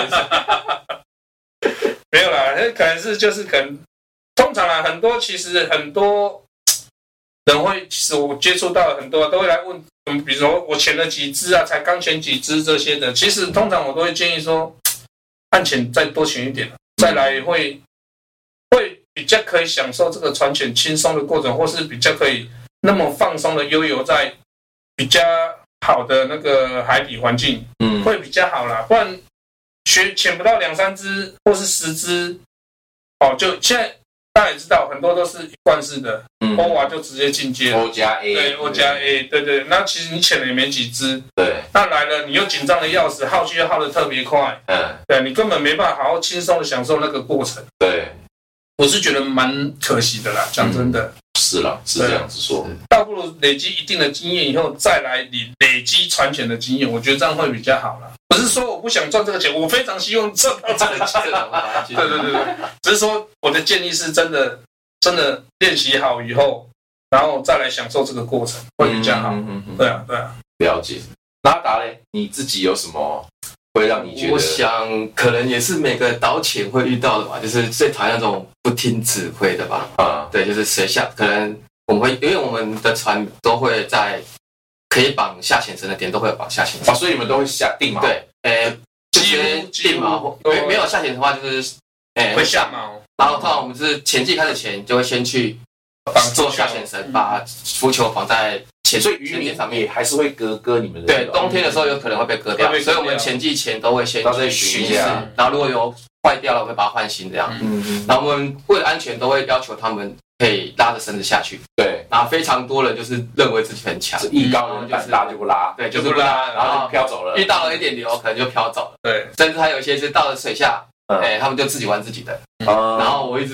没有啦，可能是就是可能，通常啊，很多其实很多人会，其实我接触到很多都会来问，嗯，比如说我潜了几支啊，才刚潜几支这些的，其实通常我都会建议说，岸潜再多潜一点，再来会会比较可以享受这个船潜轻松的过程，或是比较可以那么放松的悠游在比较好的那个海底环境，嗯，会比较好啦，不然。学潜不到两三只或是十只，哦，就现在大家也知道，很多都是一贯式的，嗯 ，O 啊就直接进阶 ，O 加 A， 对 ，O 加 A， 对对，那其实你潜了也没几只， 对， 那来了你又紧张的要死，耗气又耗得特别快，嗯，对你根本没办法好好轻松的享受那个过程， 对， 我是觉得蛮可惜的啦，讲真的。嗯是啦，是这样子说， 倒不如累积一定的经验以后，再来累累积船潜的经验，我觉得这样会比较好啦。不是说我不想赚这个钱，我非常希望赚到这个钱。对对对对，只是说我的建议是真的，真的练习好以后，然后再来享受这个过程，会比较好。嗯嗯嗯对啊对啊， 了解。拉达嘞，你自己有什么会让你觉得？ 我想可能也是每个导潜会遇到的吧，就是最讨厌那种不听指挥的吧。啊、嗯，对，就是谁下，可能我们会，因为我们的船都会在可以绑下潜绳的点都会有绑下潜绳、 哦，所以你们都会下定锚。 对，诶，就是定锚，没没有下潜的话，就是诶会下锚。 然后通常我们是前季开始前就会先去做下潜绳，把浮球绑在。 所以鱼米上面还是会割割你们的。 对，冬天的时候有可能会被割掉，所以我们前季前都会先去巡视，然后如果有坏掉了，会把它换新这样。嗯嗯。然后我们为了安全，都会要求他们可以拉着绳子下去。 对。 然后非常多人就是认为自己很强， 艺高人胆大就不拉， 对，就不拉， 然后就飘走了。 遇到了一点流，可能就飘走了。 对。 甚至还有一些是到了水下，哎，他们就自己玩自己的。然后我一直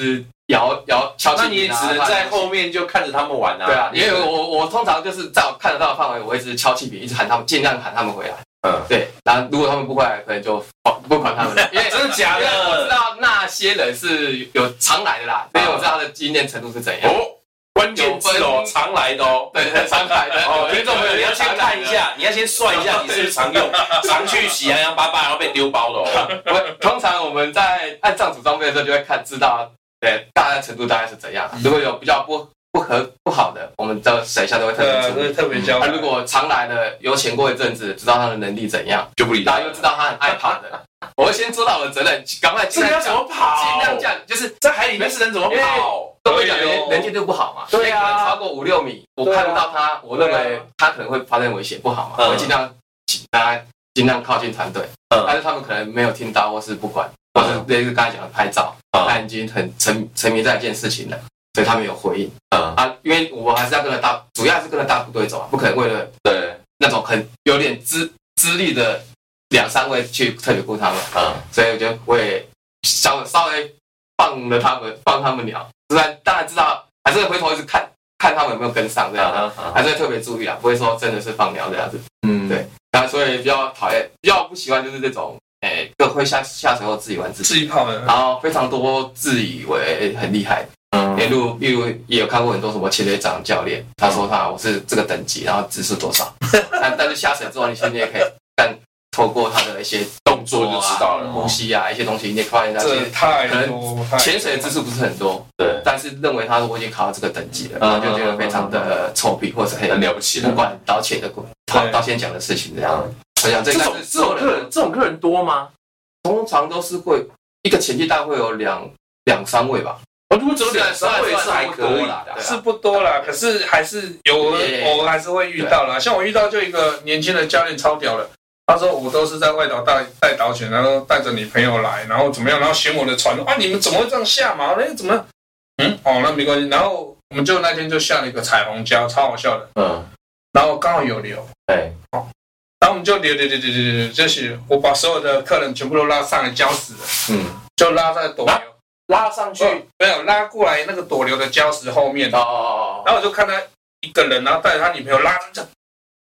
摇摇敲气瓶啊， 那你也只能在后面就看着他们玩啊。 对啊，因为我我通常就是在我看得到的范围，我一直敲气瓶，一直喊他们，尽量喊他们回来。嗯，对。然后如果他们不回来，可能就不管他们了，因为真的假的？ 因为我知道那些人是有常来的啦，所以我知道他的经验程度是怎样。 哦，关键字哦，常来的哦， 对，常来的。 哦，听众朋友，你要先看一下，你要先算一下你是不是常用，常去喜洋洋巴巴，然后被丢包的哦。 我通常我们在按上组装备的时候，就会看知道，对，大概程度大概是怎样。如果有比较不不合不好的，我们的等一下都会特别注意， 特别教。 他如果常来的，有潜过一阵子，知道他的能力怎样， 就不理他， 然后又知道他很爱跑的，我会先做到我的责任，赶快尽量怎么跑， 尽量这样，就是在海里面是能怎么跑？ 都会讲人人进度不好嘛， 对啊， 可能超过五六米，我看不到他，我认为他可能会发生危险，不好嘛，我会尽量大家尽量靠近团队，但是他们可能没有听到或是不管，或是类似刚才讲的拍照，他已经很沉沉迷在一件事情了。所以他们有回应，嗯啊，因为我还是要跟着大，主要还是跟着大部队走啊，不可能为了对那种很有点资资历的两三位去特别顾他们，嗯，所以我觉得我也稍稍微放了他们，放他们鸟，虽然当然知道还是会回头一直看看他们有没有跟上这样的，还是会特别注意啊，不会说真的是放鸟这样子，嗯，对，然后所以比较讨厌，比较不喜欢就是这种，诶，各会下下水后自己玩自己， 自己跑的， 然后非常多自以为很厉害。嗯，例如，例如也有看过很多什么潜水长教练，他说他我是这个等级，然后指数多少，但但是下水之后，你其实你也可以，但透过他的一些动作就知道了，呼吸啊一些东西，你也发现他这太可能潜水的次数不是很多，对，但是认为他我已经考到这个等级了，然后就觉得非常的臭屁，或者很了不起， 不管导潜的导导潜讲的事情这样，我想这种这种客人这种客人多吗？ 通常都是会一个潜季大概会有两两三位吧。 我如果只有两三位是还可以的， 是不多啦，可是还是有偶尔还是会遇到啦。像我遇到就一个年轻的教练超屌的，他说我都是在外岛带带导潜，然后带着女朋友来，然后怎么样，然后嫌我的船啊，你们怎么会这样下嘛？哎，怎么？嗯，哦，那没关系。然后我们就那天就下了一个彩虹礁，超好笑的。嗯，然后刚好有流， 对， 哦，然后我们就流流流流流流，就是我把所有的客人全部都拉上来礁石了，嗯，就拉在斗流。 拉上去、哦、 没有拉过来那个躲流的礁石后面哦，然后我就看他一个人，然后带着他女朋友拉着这，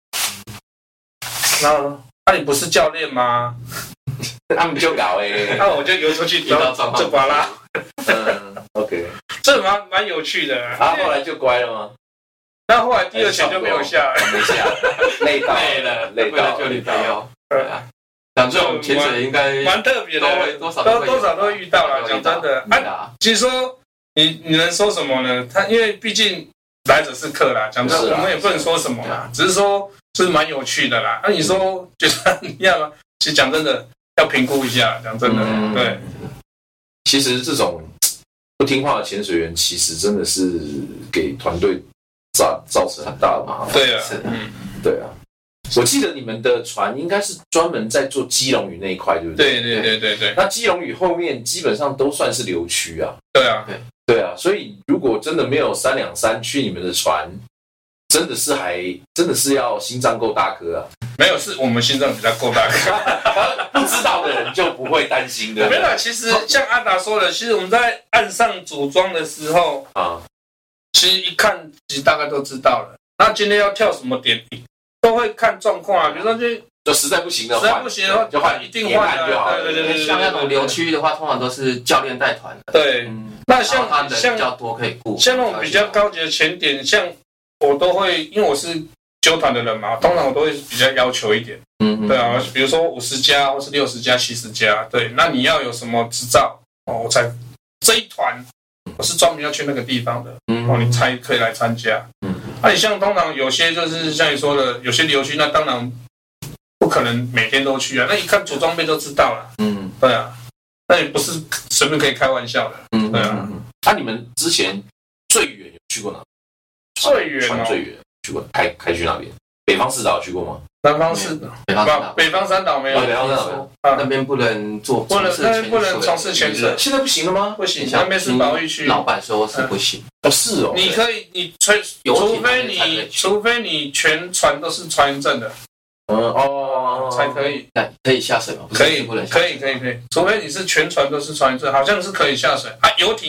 然后那、啊、你不是教练吗？ 他们就搞哎、欸， 那我就游出去，然后就把他拉。 嗯 ，OK， 这蛮蛮有趣的。 他、啊、后来就乖了吗？ 那后来第二潜就没有下， 没下，累到累了， 累到就累到，对啊。讲这种潜水应该蛮特别的， 都会多少都多少都会遇到啦。讲真的，啊，其实说你你能说什么呢？他因为毕竟来者是客啦，讲真的，我们也不能说什么啦，只是说是蛮有趣的啦。那、啊、你说觉得一样吗？其实讲真的，要评估一下。讲真的，嗯、对。 其实这种不听话的潜水员，其实真的是给团队造造成很大的麻烦。 对啊，嗯， 对啊。我记得你们的船应该是专门在做基隆屿那一块，对不对？对对对对对。 那基隆屿后面基本上都算是流区啊。 对啊， 对对啊。所以如果真的没有三两三去你们的船，真的是还真的是要心脏够大颗啊。 没有，是我们心脏比较够大颗。 不知道的人就不会担心的。 没有，其实像阿达说的，其实我们在岸上组装的时候啊，其实一看其实大概都知道了。那今天要跳什么点？都会看状况啊，比如说就就实在不行的， 实在不行的话就换， 一定换就好。 对对对， 像那种流区的话，通常都是教练带团的。 对，嗯、那像他人比较多可以顾。 像那种比较高级的潜点，像我都会，因为我是纠团的人嘛，通常我都会比较要求一点。嗯，对啊，比如说五十加或是六十加、七十加，对，那你要有什么执照哦，我才这一团我是专门要去那个地方的，嗯、哦，你才可以来参加。嗯。那、啊、你像通常有些就是像你说的，有些流区，那当然不可能每天都去啊。那一看组装备就知道了。嗯，对啊，那也不是随便可以开玩笑的。嗯，对啊。 那、啊、你们之前最远有去过哪？ 最远哦，最远去过开开去哪边？北方四岛去过吗？ 南方四岛， 北方三岛， 北方三岛没有。 北方三岛那边不能做， 不能，那边不能从事潜水。 现在不行了吗？ 不行，那边是保育区。 老板说是不行。 哦，是哦。 你可以，你除除非你，除非你全船都是船员证的。嗯哦，才可以。 那可以下水吗？ 可以，可以，可以，可以。除非你是全船都是船员证，好像是可以下水啊。游艇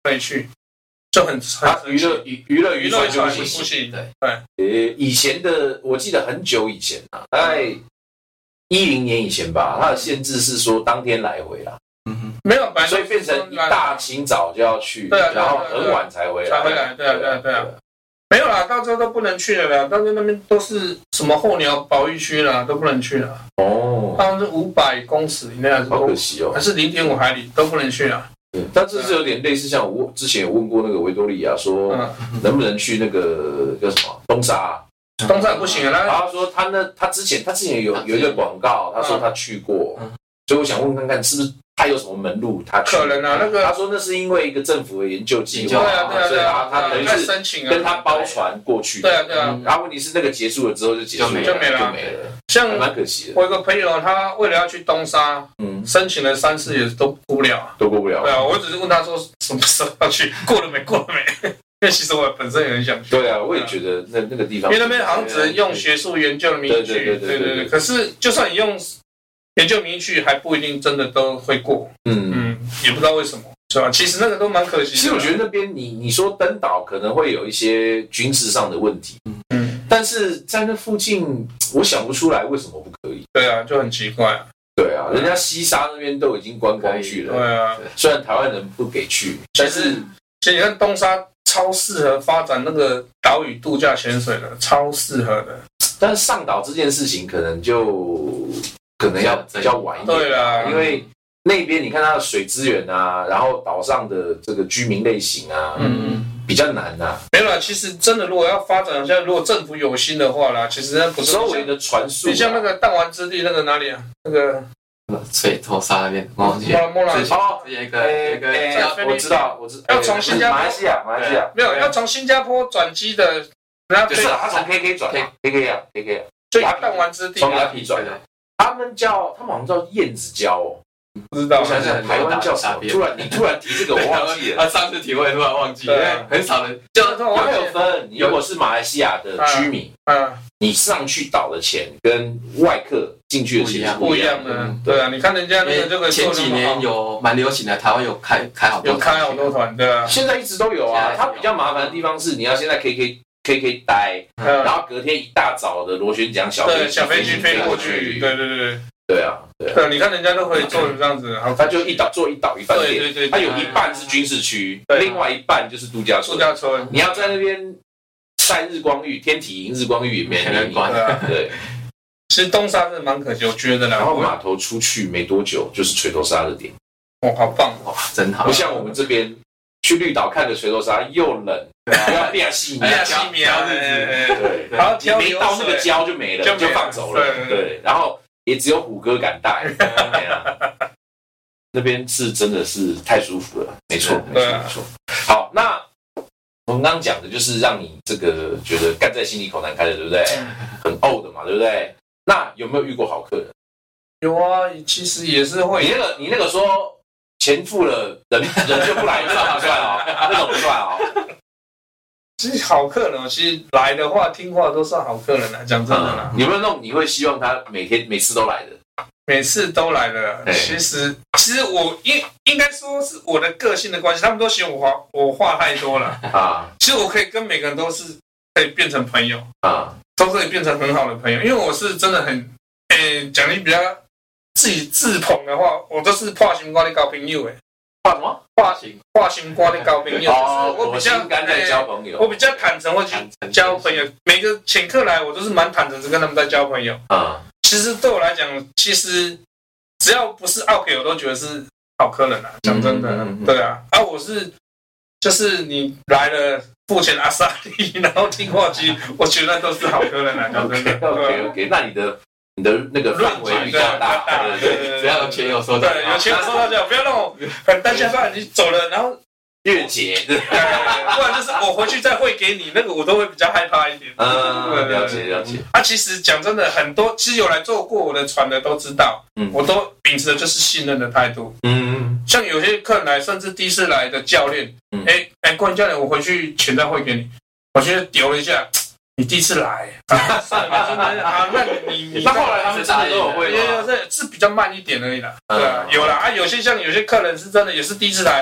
可以去，就很他娱乐娱娱乐娱乐就不不行， 行。 对对。 呃，以前的我记得很久以前啊，大概一零年以前吧，它的限制是说当天来回啦。 没有， 所以变成一大清早就要去，对啊，然后很晚才回来， 才回来，对啊，对啊，对啊，没有啦，到时候都不能去了啦，到时候那边都是什么候鸟保育区啦，都不能去了。哦，他们是五百公尺以内还是好可惜哦， 还是零点五海里都不能去了。 对，但这是有点类似，像我之前有问过那个维多利亚说，能不能去那个叫什么东沙？ 东沙不行啊， 然后他说他那他之前他之前有有一个广告，他说他去过，所以我想问看看是不是。他有什么门路？他可能啊，那个他说那是因为一个政府的研究计划， 对啊，对啊， 对啊，他等于是申请跟他包船过去， 对啊，对啊。 然后问题是那个结束了之后就结束了， 就没了， 就没了， 像蛮可惜的。 我有个朋友，他为了要去东沙，嗯，申请了三次也都过不了， 都过不了。 对啊，我只是问他说什么时候要去，过了没？过了没？因为其实我本身也很想去。 对啊，我也觉得那那个地方， 因为那边好像只能用学术研究的名义去，对对对对。可是就算你用研究名义去，还不一定真的都会过。嗯嗯，也不知道为什么，是吧？其实那个都蛮可惜的。 其实我觉得那边你你说登岛可能会有一些军事上的问题，嗯，但是在那附近，我想不出来为什么不可以。 对啊，就很奇怪啊。 对啊，人家西沙那边都已经观光去了。 对啊， 虽然台湾人不给去，但是其实你看东沙超适合发展那个岛屿度假潜水的，超适合的。 但是上岛这件事情可能就。可能要比较晚一点， 对啦， 因为那边你看它的水资源啊，然后岛上的这个居民类型啊，嗯，比较难呐。 没有啦，其实真的如果要发展，像如果政府有心的话啦，其实那不是周围的传输， 你像那个弹丸之地那个哪里啊？那个水头沙那边，忘记了。莫拉哦，有一个有一个， 我知道，我知道， 要从新加坡， 马来西亚，马来西亚没有，要从新加坡转机的， 不是，他从 K K 转 ，K K 啊 ，K K 啊， 就弹丸之地， 从雅痞转的。他们叫，他们好像叫燕子礁哦， 不知道。 我想想，台湾叫什么？突然，你突然提这个，我忘记了。 他上次提我也突然忘记了，很少人。就它有分，你如果是马来西亚的居民，嗯，你上去岛的钱跟外客进去的钱不一样的。对啊，你看人家那个这个前几年有蛮流行的，台湾有开开好多， 有开好多团，对啊。 现在一直都有啊。它比较麻烦的地方是，你要先在 K K。K K 待，然后隔天一大早的螺旋桨小飞机小飞机飞过去，对对对对啊，对啊，你看人家都可以做成这样子， 他就一岛做一岛一饭店， 对对对， 他有一半是军事区，另外一半就是度假村， 度假村， 你要在那边晒日光浴，天体营日光浴也没人管，对。 其实东沙真的蛮可惜，我觉得啦。 然后码头出去没多久就是锤头沙的点， 哇，好棒哇，真好， 不像我们这边去绿岛看着锤头沙又冷。要变细苗， 细苗日子，对，然后没到那个礁就没了，就放走了，对，然后也只有虎哥敢带，那边是真的是太舒服了，没错，没错，没错。好，那我们刚刚讲的就是让你这个觉得干在心里口难开的，对不对？很怄的嘛，对不对？那有没有遇过好客人？ 有啊，其实也是会。 你那个，你那个说钱付了，人人就不来，这不算哦，那种不算哦。 其实好客人，其实来的话听话都算好客人啦。讲真的啦， 有没有那种你会希望他每天每次都来的？ 每次都来的。其实其实我应应该说是我的个性的关系，他们都嫌我话我话太多了啊。其实我可以跟每个人都是可以变成朋友啊，都可以变成很好的朋友，因为我是真的很诶讲你比较自己自捧的话，我都是破心瓜的交朋友诶。 画什么？ 画心画心瓜的交朋友， 哦、 就是我比较敢在交朋友， 我比较坦诚会去交朋友。每个请客来，我都是蛮坦诚，是跟他们在交朋友。啊、嗯，其实对我来讲，其实只要不是 OK， 我都觉得是好客人啊。讲真的，嗯嗯嗯对啊，啊，我是就是你来了付钱阿萨利，然后听话机，我觉得都是好客人啊。讲真的 ，OK OK， 那你的。你的那个范围比较大， 对对对，只要有钱有收到， 对，有钱有收到就好，不要让我很担心，不然你走了，然后月结， 对，不然就是我回去再汇给你，那个我都会比较害怕一点。 嗯，了解了解。 啊，其实讲真的，很多其实有来坐过我的船的都知道，嗯，我都秉持的就是信任的态度。嗯，像有些客人来，甚至第一次来的教练，哎哎，关教练，我回去钱再汇给你，我觉得丢了一下。你第一次来，啊、算了，真的啊，那你你那后来他们真的都有会吗？ 是是比较慢一点而已啦，对啊，有啦啊，有些像有些客人是真的也是第一次来，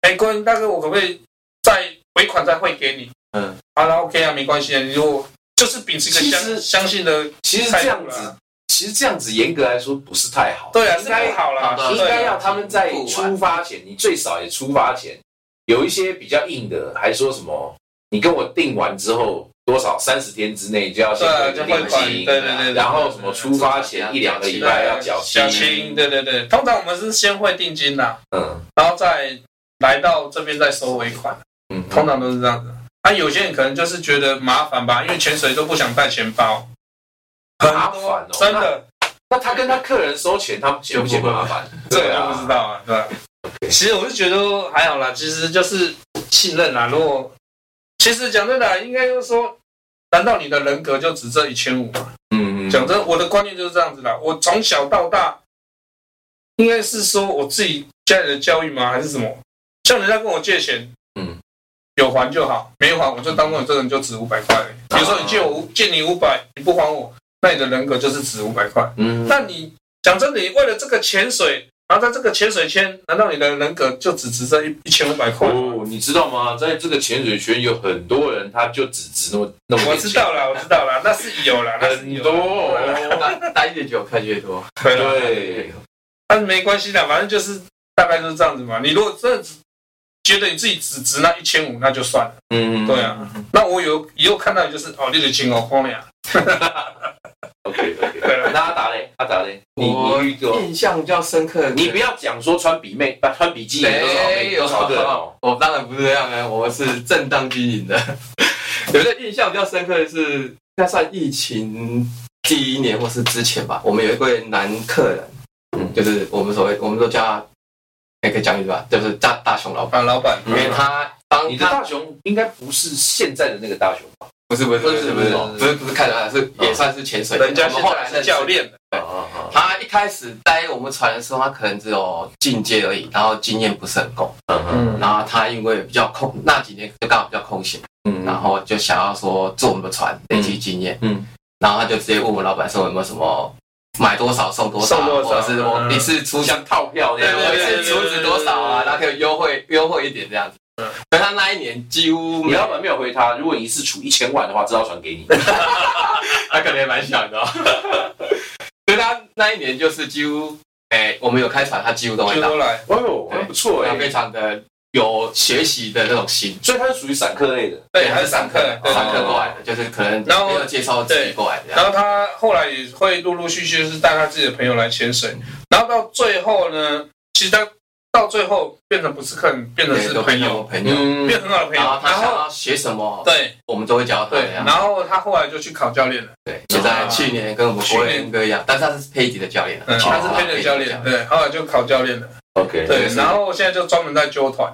哎，郭云大哥，我可不可以再尾款再汇给你？嗯，好了 ，OK 啊，没关系啊，你如果就是秉持一个相相信的， 其实这样子，其实这样子严格来说不是太好。 对啊，应该好啦， 应该要他们在出发前，你最少也出发前有一些比较硬的，还说什么你跟我订完之后。多少三十天之内就要先汇定金， 对对对， 然后什么出发前一两个礼拜要缴清，对对对。通常我们是先汇定金啦，嗯，然后再来到这边再收尾款，嗯，通常都是这样子。啊，有些人可能就是觉得麻烦吧，因为潜水都不想带钱包， 很麻烦哦， 真的。 那他跟他客人收钱，他嫌不嫌麻烦？ 这个就不知道啊，对吧？其实我是觉得还好啦，其实就是信任啦。如果其实讲真的，应该就是说，难道你的人格就只这一千五吗？嗯嗯。讲真，我的观念就是这样子啦。我从小到大，应该是说我自己家里的教育吗？还是什么？像人家跟我借钱，嗯，有还就好，没还我就当做你这个人就值五百块。比如说你借我借你五百，你不还我，那你的人格就是值五百块。嗯。那你讲真的，你为了这个潜水。然后在这个潜水圈，难道你的人格就只值这一一千五百块？ 哦，你知道吗？在这个潜水圈有很多人，他就只值那么那么点钱。 我知道了，我知道了，那是有了， 很多， 大一点酒看越多。 对，但没关系的，反正就是大概就是这样子嘛。你如果真的觉得你自己只值那一千五，那就算了。嗯，对啊。那我有以后看到你就是哦，你的钱哦，光呀。 OK OK， 对了，那阿达嘞，阿达嘞，你你印象比较深刻， 你不要讲说穿比妹，不穿比基尼多少妹多少个哦， 我当然不是这样啊，我是正当经营的。有一个印象比较深刻的是，应该算疫情第一年或是之前吧，我们有一位男客人，嗯，就是我们所谓我们都叫他，也可以讲一句吧，就是大大熊老板， 老板， 因为他当你的大熊应该不是现在的那个大熊吧？ 不是不是不是不是不是不是看的，是也算是潜水的。 人家后来是教练的。 对，他一开始带我们船的时候，他可能只有进阶而已，然后经验不是很够。嗯嗯。然后他因为比较空，那几年就刚好比较空闲，嗯，然后就想要说坐我们的船累积经验，嗯，然后他就直接问我老板说有没有什么买多少送多少，或者是我一次出像套票那样，我一次出值多少啊，然后可以优惠优惠一点这样子。所以他那一年几乎， 你老板没有回他。如果你一次出一千万的话，这艘船给你。 他可能也蛮想的、哦。所以他那一年就是几乎，哎、欸，我们有开船，他几乎都会到。 来， 哦呦，很不错哎、 欸，非常的有学习的那种心。 所以他是属于散客类的， 对，他是散客， 散客过来的，就是可能没有介绍自己过来的。 然后他后来也会陆陆续续就是带他自己的朋友来潜水，然后到最后呢，其实他。到最后变成不是客人，变成是朋友， 朋友， 嗯、变成很好的朋友。 然后他想要学什么， 对， 我们都会教他。 对，然后他后来就去考教练了。 对，就在去年跟我们国人哥一样，但是他是配级的教练了。 嗯，他是配的教练，对，后来就考教练了。 OK， 对，然后现在就专门在揪团。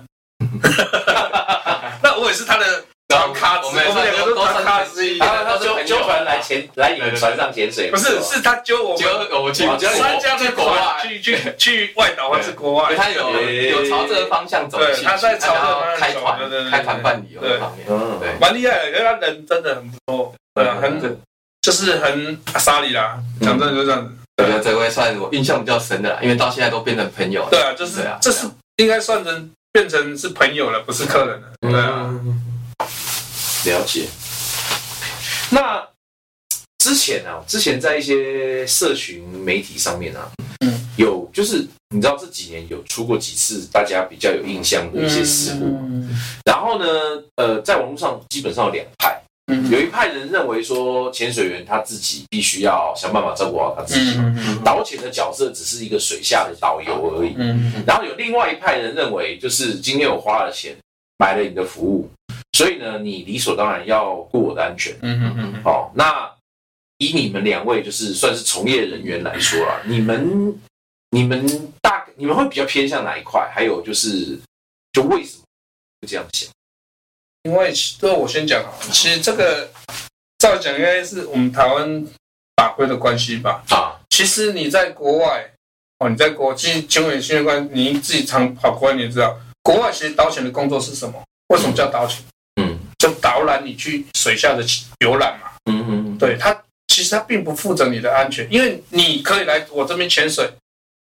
那我也是他的团咖之一，我们两个都团咖之一。 他他揪揪团来潜来你们船上潜水， 不是，是他揪我们， 揪我们去三家的国外，去去去外岛或是国外， 他有有朝这个方向走， 对，他在朝这个方向开团开团办理这方面，对， 蛮厉害的，因为他人真的很不错，对啊，很就是很沙里啦，讲真的就这样子。 我觉得这位算我印象比较深的啦，因为到现在都变成朋友了。 对啊，就是这是应该算成变成是朋友了，不是客人了。对啊， 了解。那之前啊，之前在一些社群媒体上面啊，嗯，有就是你知道这几年有出过几次大家比较有印象的一些事故，嗯、然后呢，呃，在网络上基本上有两派。嗯、有一派人认为说，潜水员他自己必须要想办法照顾好他自己，嗯嗯、导潜的角色只是一个水下的导游而已。嗯嗯、然后有另外一派人认为，就是今天我花了钱买了你的服务，所以呢，你理所当然要顾我的安全。嗯嗯嗯。好、哦，那以你们两位就是算是从业人员来说啊，你们你们大你们会比较偏向哪一块？还有就是，就为什么会这样想？ 因为这我先讲啊，其实这个照讲应该是我们台湾法规的关系吧。啊，其实你在国外哦，你在国际潜水训练官，你自己常跑国外，你也知道，国外其实导潜的工作是什么？为什么叫导潜？嗯，就导览你去水下的游览嘛。嗯嗯，对，他其实他并不负责你的安全，因为你可以来我这边潜水，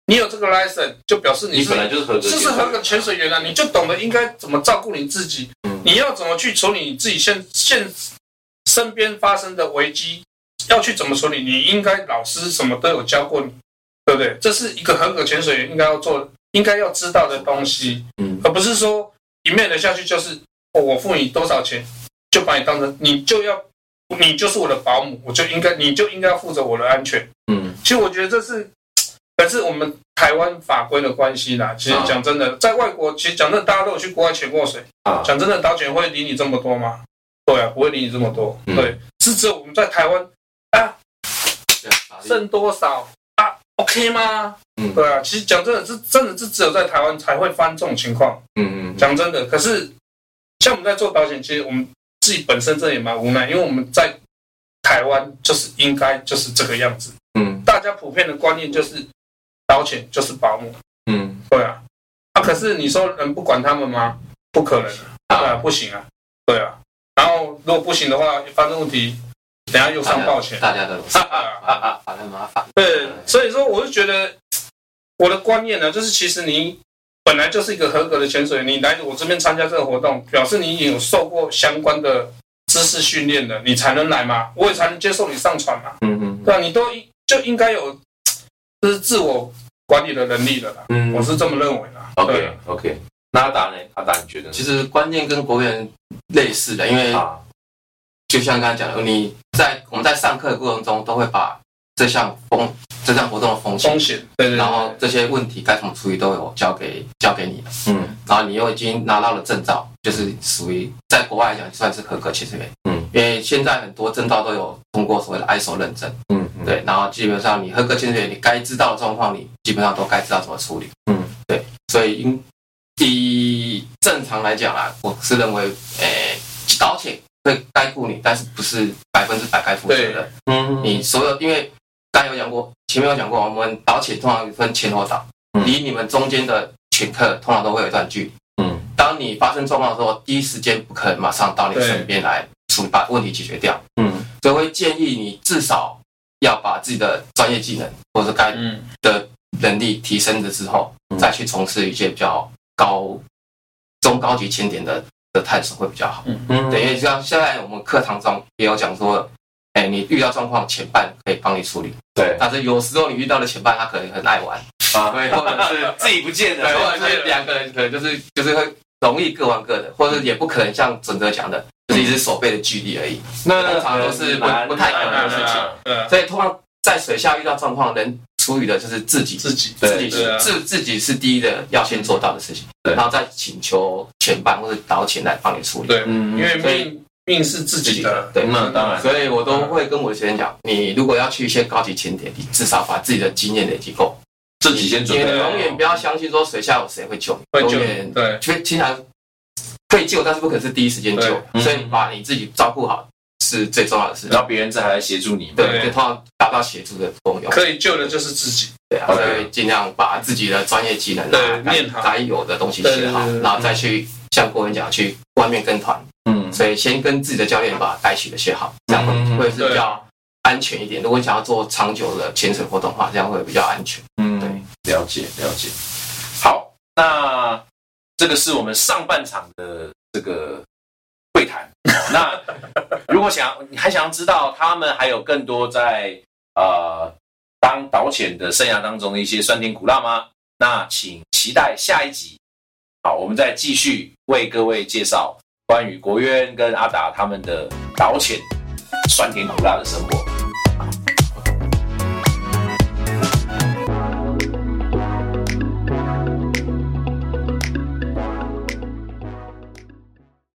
你有这个 license， 就表示你是你本来就是合格， 这是合格潜水员啊，你就懂得应该怎么照顾你自己，嗯、你要怎么去处理你自己现现身边发生的危机，要去怎么处理，你应该老师什么都有教过你，对不对？这是一个合格潜水员应该要做、应该要知道的东西，嗯，而不是说一面的下去就是、哦、我付你多少钱，就把你当成你就要。你就是我的保姆，我就应该，你就应该负责我的安全。嗯，其实我觉得这是，可是我们台湾法规的关系啦。其实讲真的，在外国，其实讲真的，大家都有去国外潜过水。啊，讲真的，导潜会理你这么多吗？对啊，不会理你这么多。嗯、对，是只有我们在台湾啊，剩多少啊 ？OK 吗？嗯，对啊，其实讲真的，是真的是只有在台湾才会发生这种情况。嗯嗯，讲真的，可是像我们在做导潜，其实我们。自己本身这也蛮无奈，因为我们在台湾就是应该就是这个样子，嗯，大家普遍的观念就是导潜就是保姆，嗯，对啊，啊，可是你说人不管他们吗？不可能啊，对啊，不行啊，对啊，然后如果不行的话，发生问题，等一下又上报钱， 大家都是啊，反正麻烦， 对，所以说我就觉得我的观念呢，就是其实你。本来就是一个合格的潜水员，你来我这边参加这个活动，表示你已经有受过相关的知识训练的，你才能来嘛，我也才能接受你上船嘛。嗯嗯，对啊，你都就应该有就是自我管理的能力了啦。嗯，我是这么认为的。 OK OK， 那阿达呢？阿达你觉得？ 其实观念跟国人类似的，因为就像刚才讲的，你在我们在上课的过程中都会把这项风。这项活动的风险， 风险，对 对, 对， 然后这些问题该怎么处理都有交给交给你了，嗯，然后你又已经拿到了证照，就是属于在国外来讲算是合格潜水员，嗯，因为现在很多证照都有通过所谓的 I S O 认证，嗯，对，然后基本上你合格潜水员，你该知道的状况，你基本上都该知道怎么处理，嗯，对，所以因以正常来讲啦，我是认为，诶，导潜会该顾你，但是不是百分之百该负责的，嗯，你所有因为。刚才有讲过，前面有讲过，我们导潜通常分前后导，嗯、离你们中间的潜客通常都会有一段距离。嗯，当你发生状况的时候，第一时间不可能马上到你身边来处理，把问题解决掉。嗯，所以会建议你至少要把自己的专业技能或者该的能力提升了之后，嗯、再去从事一些比较高、中高级潜点的的探索会比较好。嗯嗯，对，因为像现在我们课堂中也有讲说。哎，你遇到状况，前伴可以帮你处理。 对， 但是有时候你遇到的前伴，他可能很爱玩啊，对，或者是自己不见了， 对，或者是两个人可能就是就是会容易各玩各的，或者也不可能像准则讲的，就是一直手背的距离而已。那通常都是不不太可能的事情。对，所以通常在水下遇到状况，能处理的就是自己， 自己， 自己自自己是第一的要先做到的事情，然后再请求前伴或者导潜来帮你处理。 对，因为命。命是自己的， 对，那当然，所以我都会跟我的学生讲，你如果要去一些高级潜点，你至少把自己的经验累积够， 自己先准备。 你永远不要相信说水下有谁会救你， 会救你， 对，经常会救，但是不可能是第一时间救，所以把你自己照顾好是最重要的事情。 然后别人再来协助你， 对，就通常达到协助的作用。 可以救的就是自己， 对啊，所以尽量把自己的专业技能啊， 练好， 该有的东西学好，然后再去像郭文讲，去外面跟团。嗯，所以先跟自己的教练把该学的学好，这样会会是比较安全一点。如果你想要做长久的潜水活动的话，这样会比较安全。 嗯，对，了解了解。好，那这个是我们上半场的这个会谈。那如果想你还想要知道他们还有更多在呃当导潜的生涯当中的一些酸甜苦辣吗？那请期待下一集。好，我们再继续为各位介绍关于国渊跟阿达他们的导潜酸甜苦辣的生活。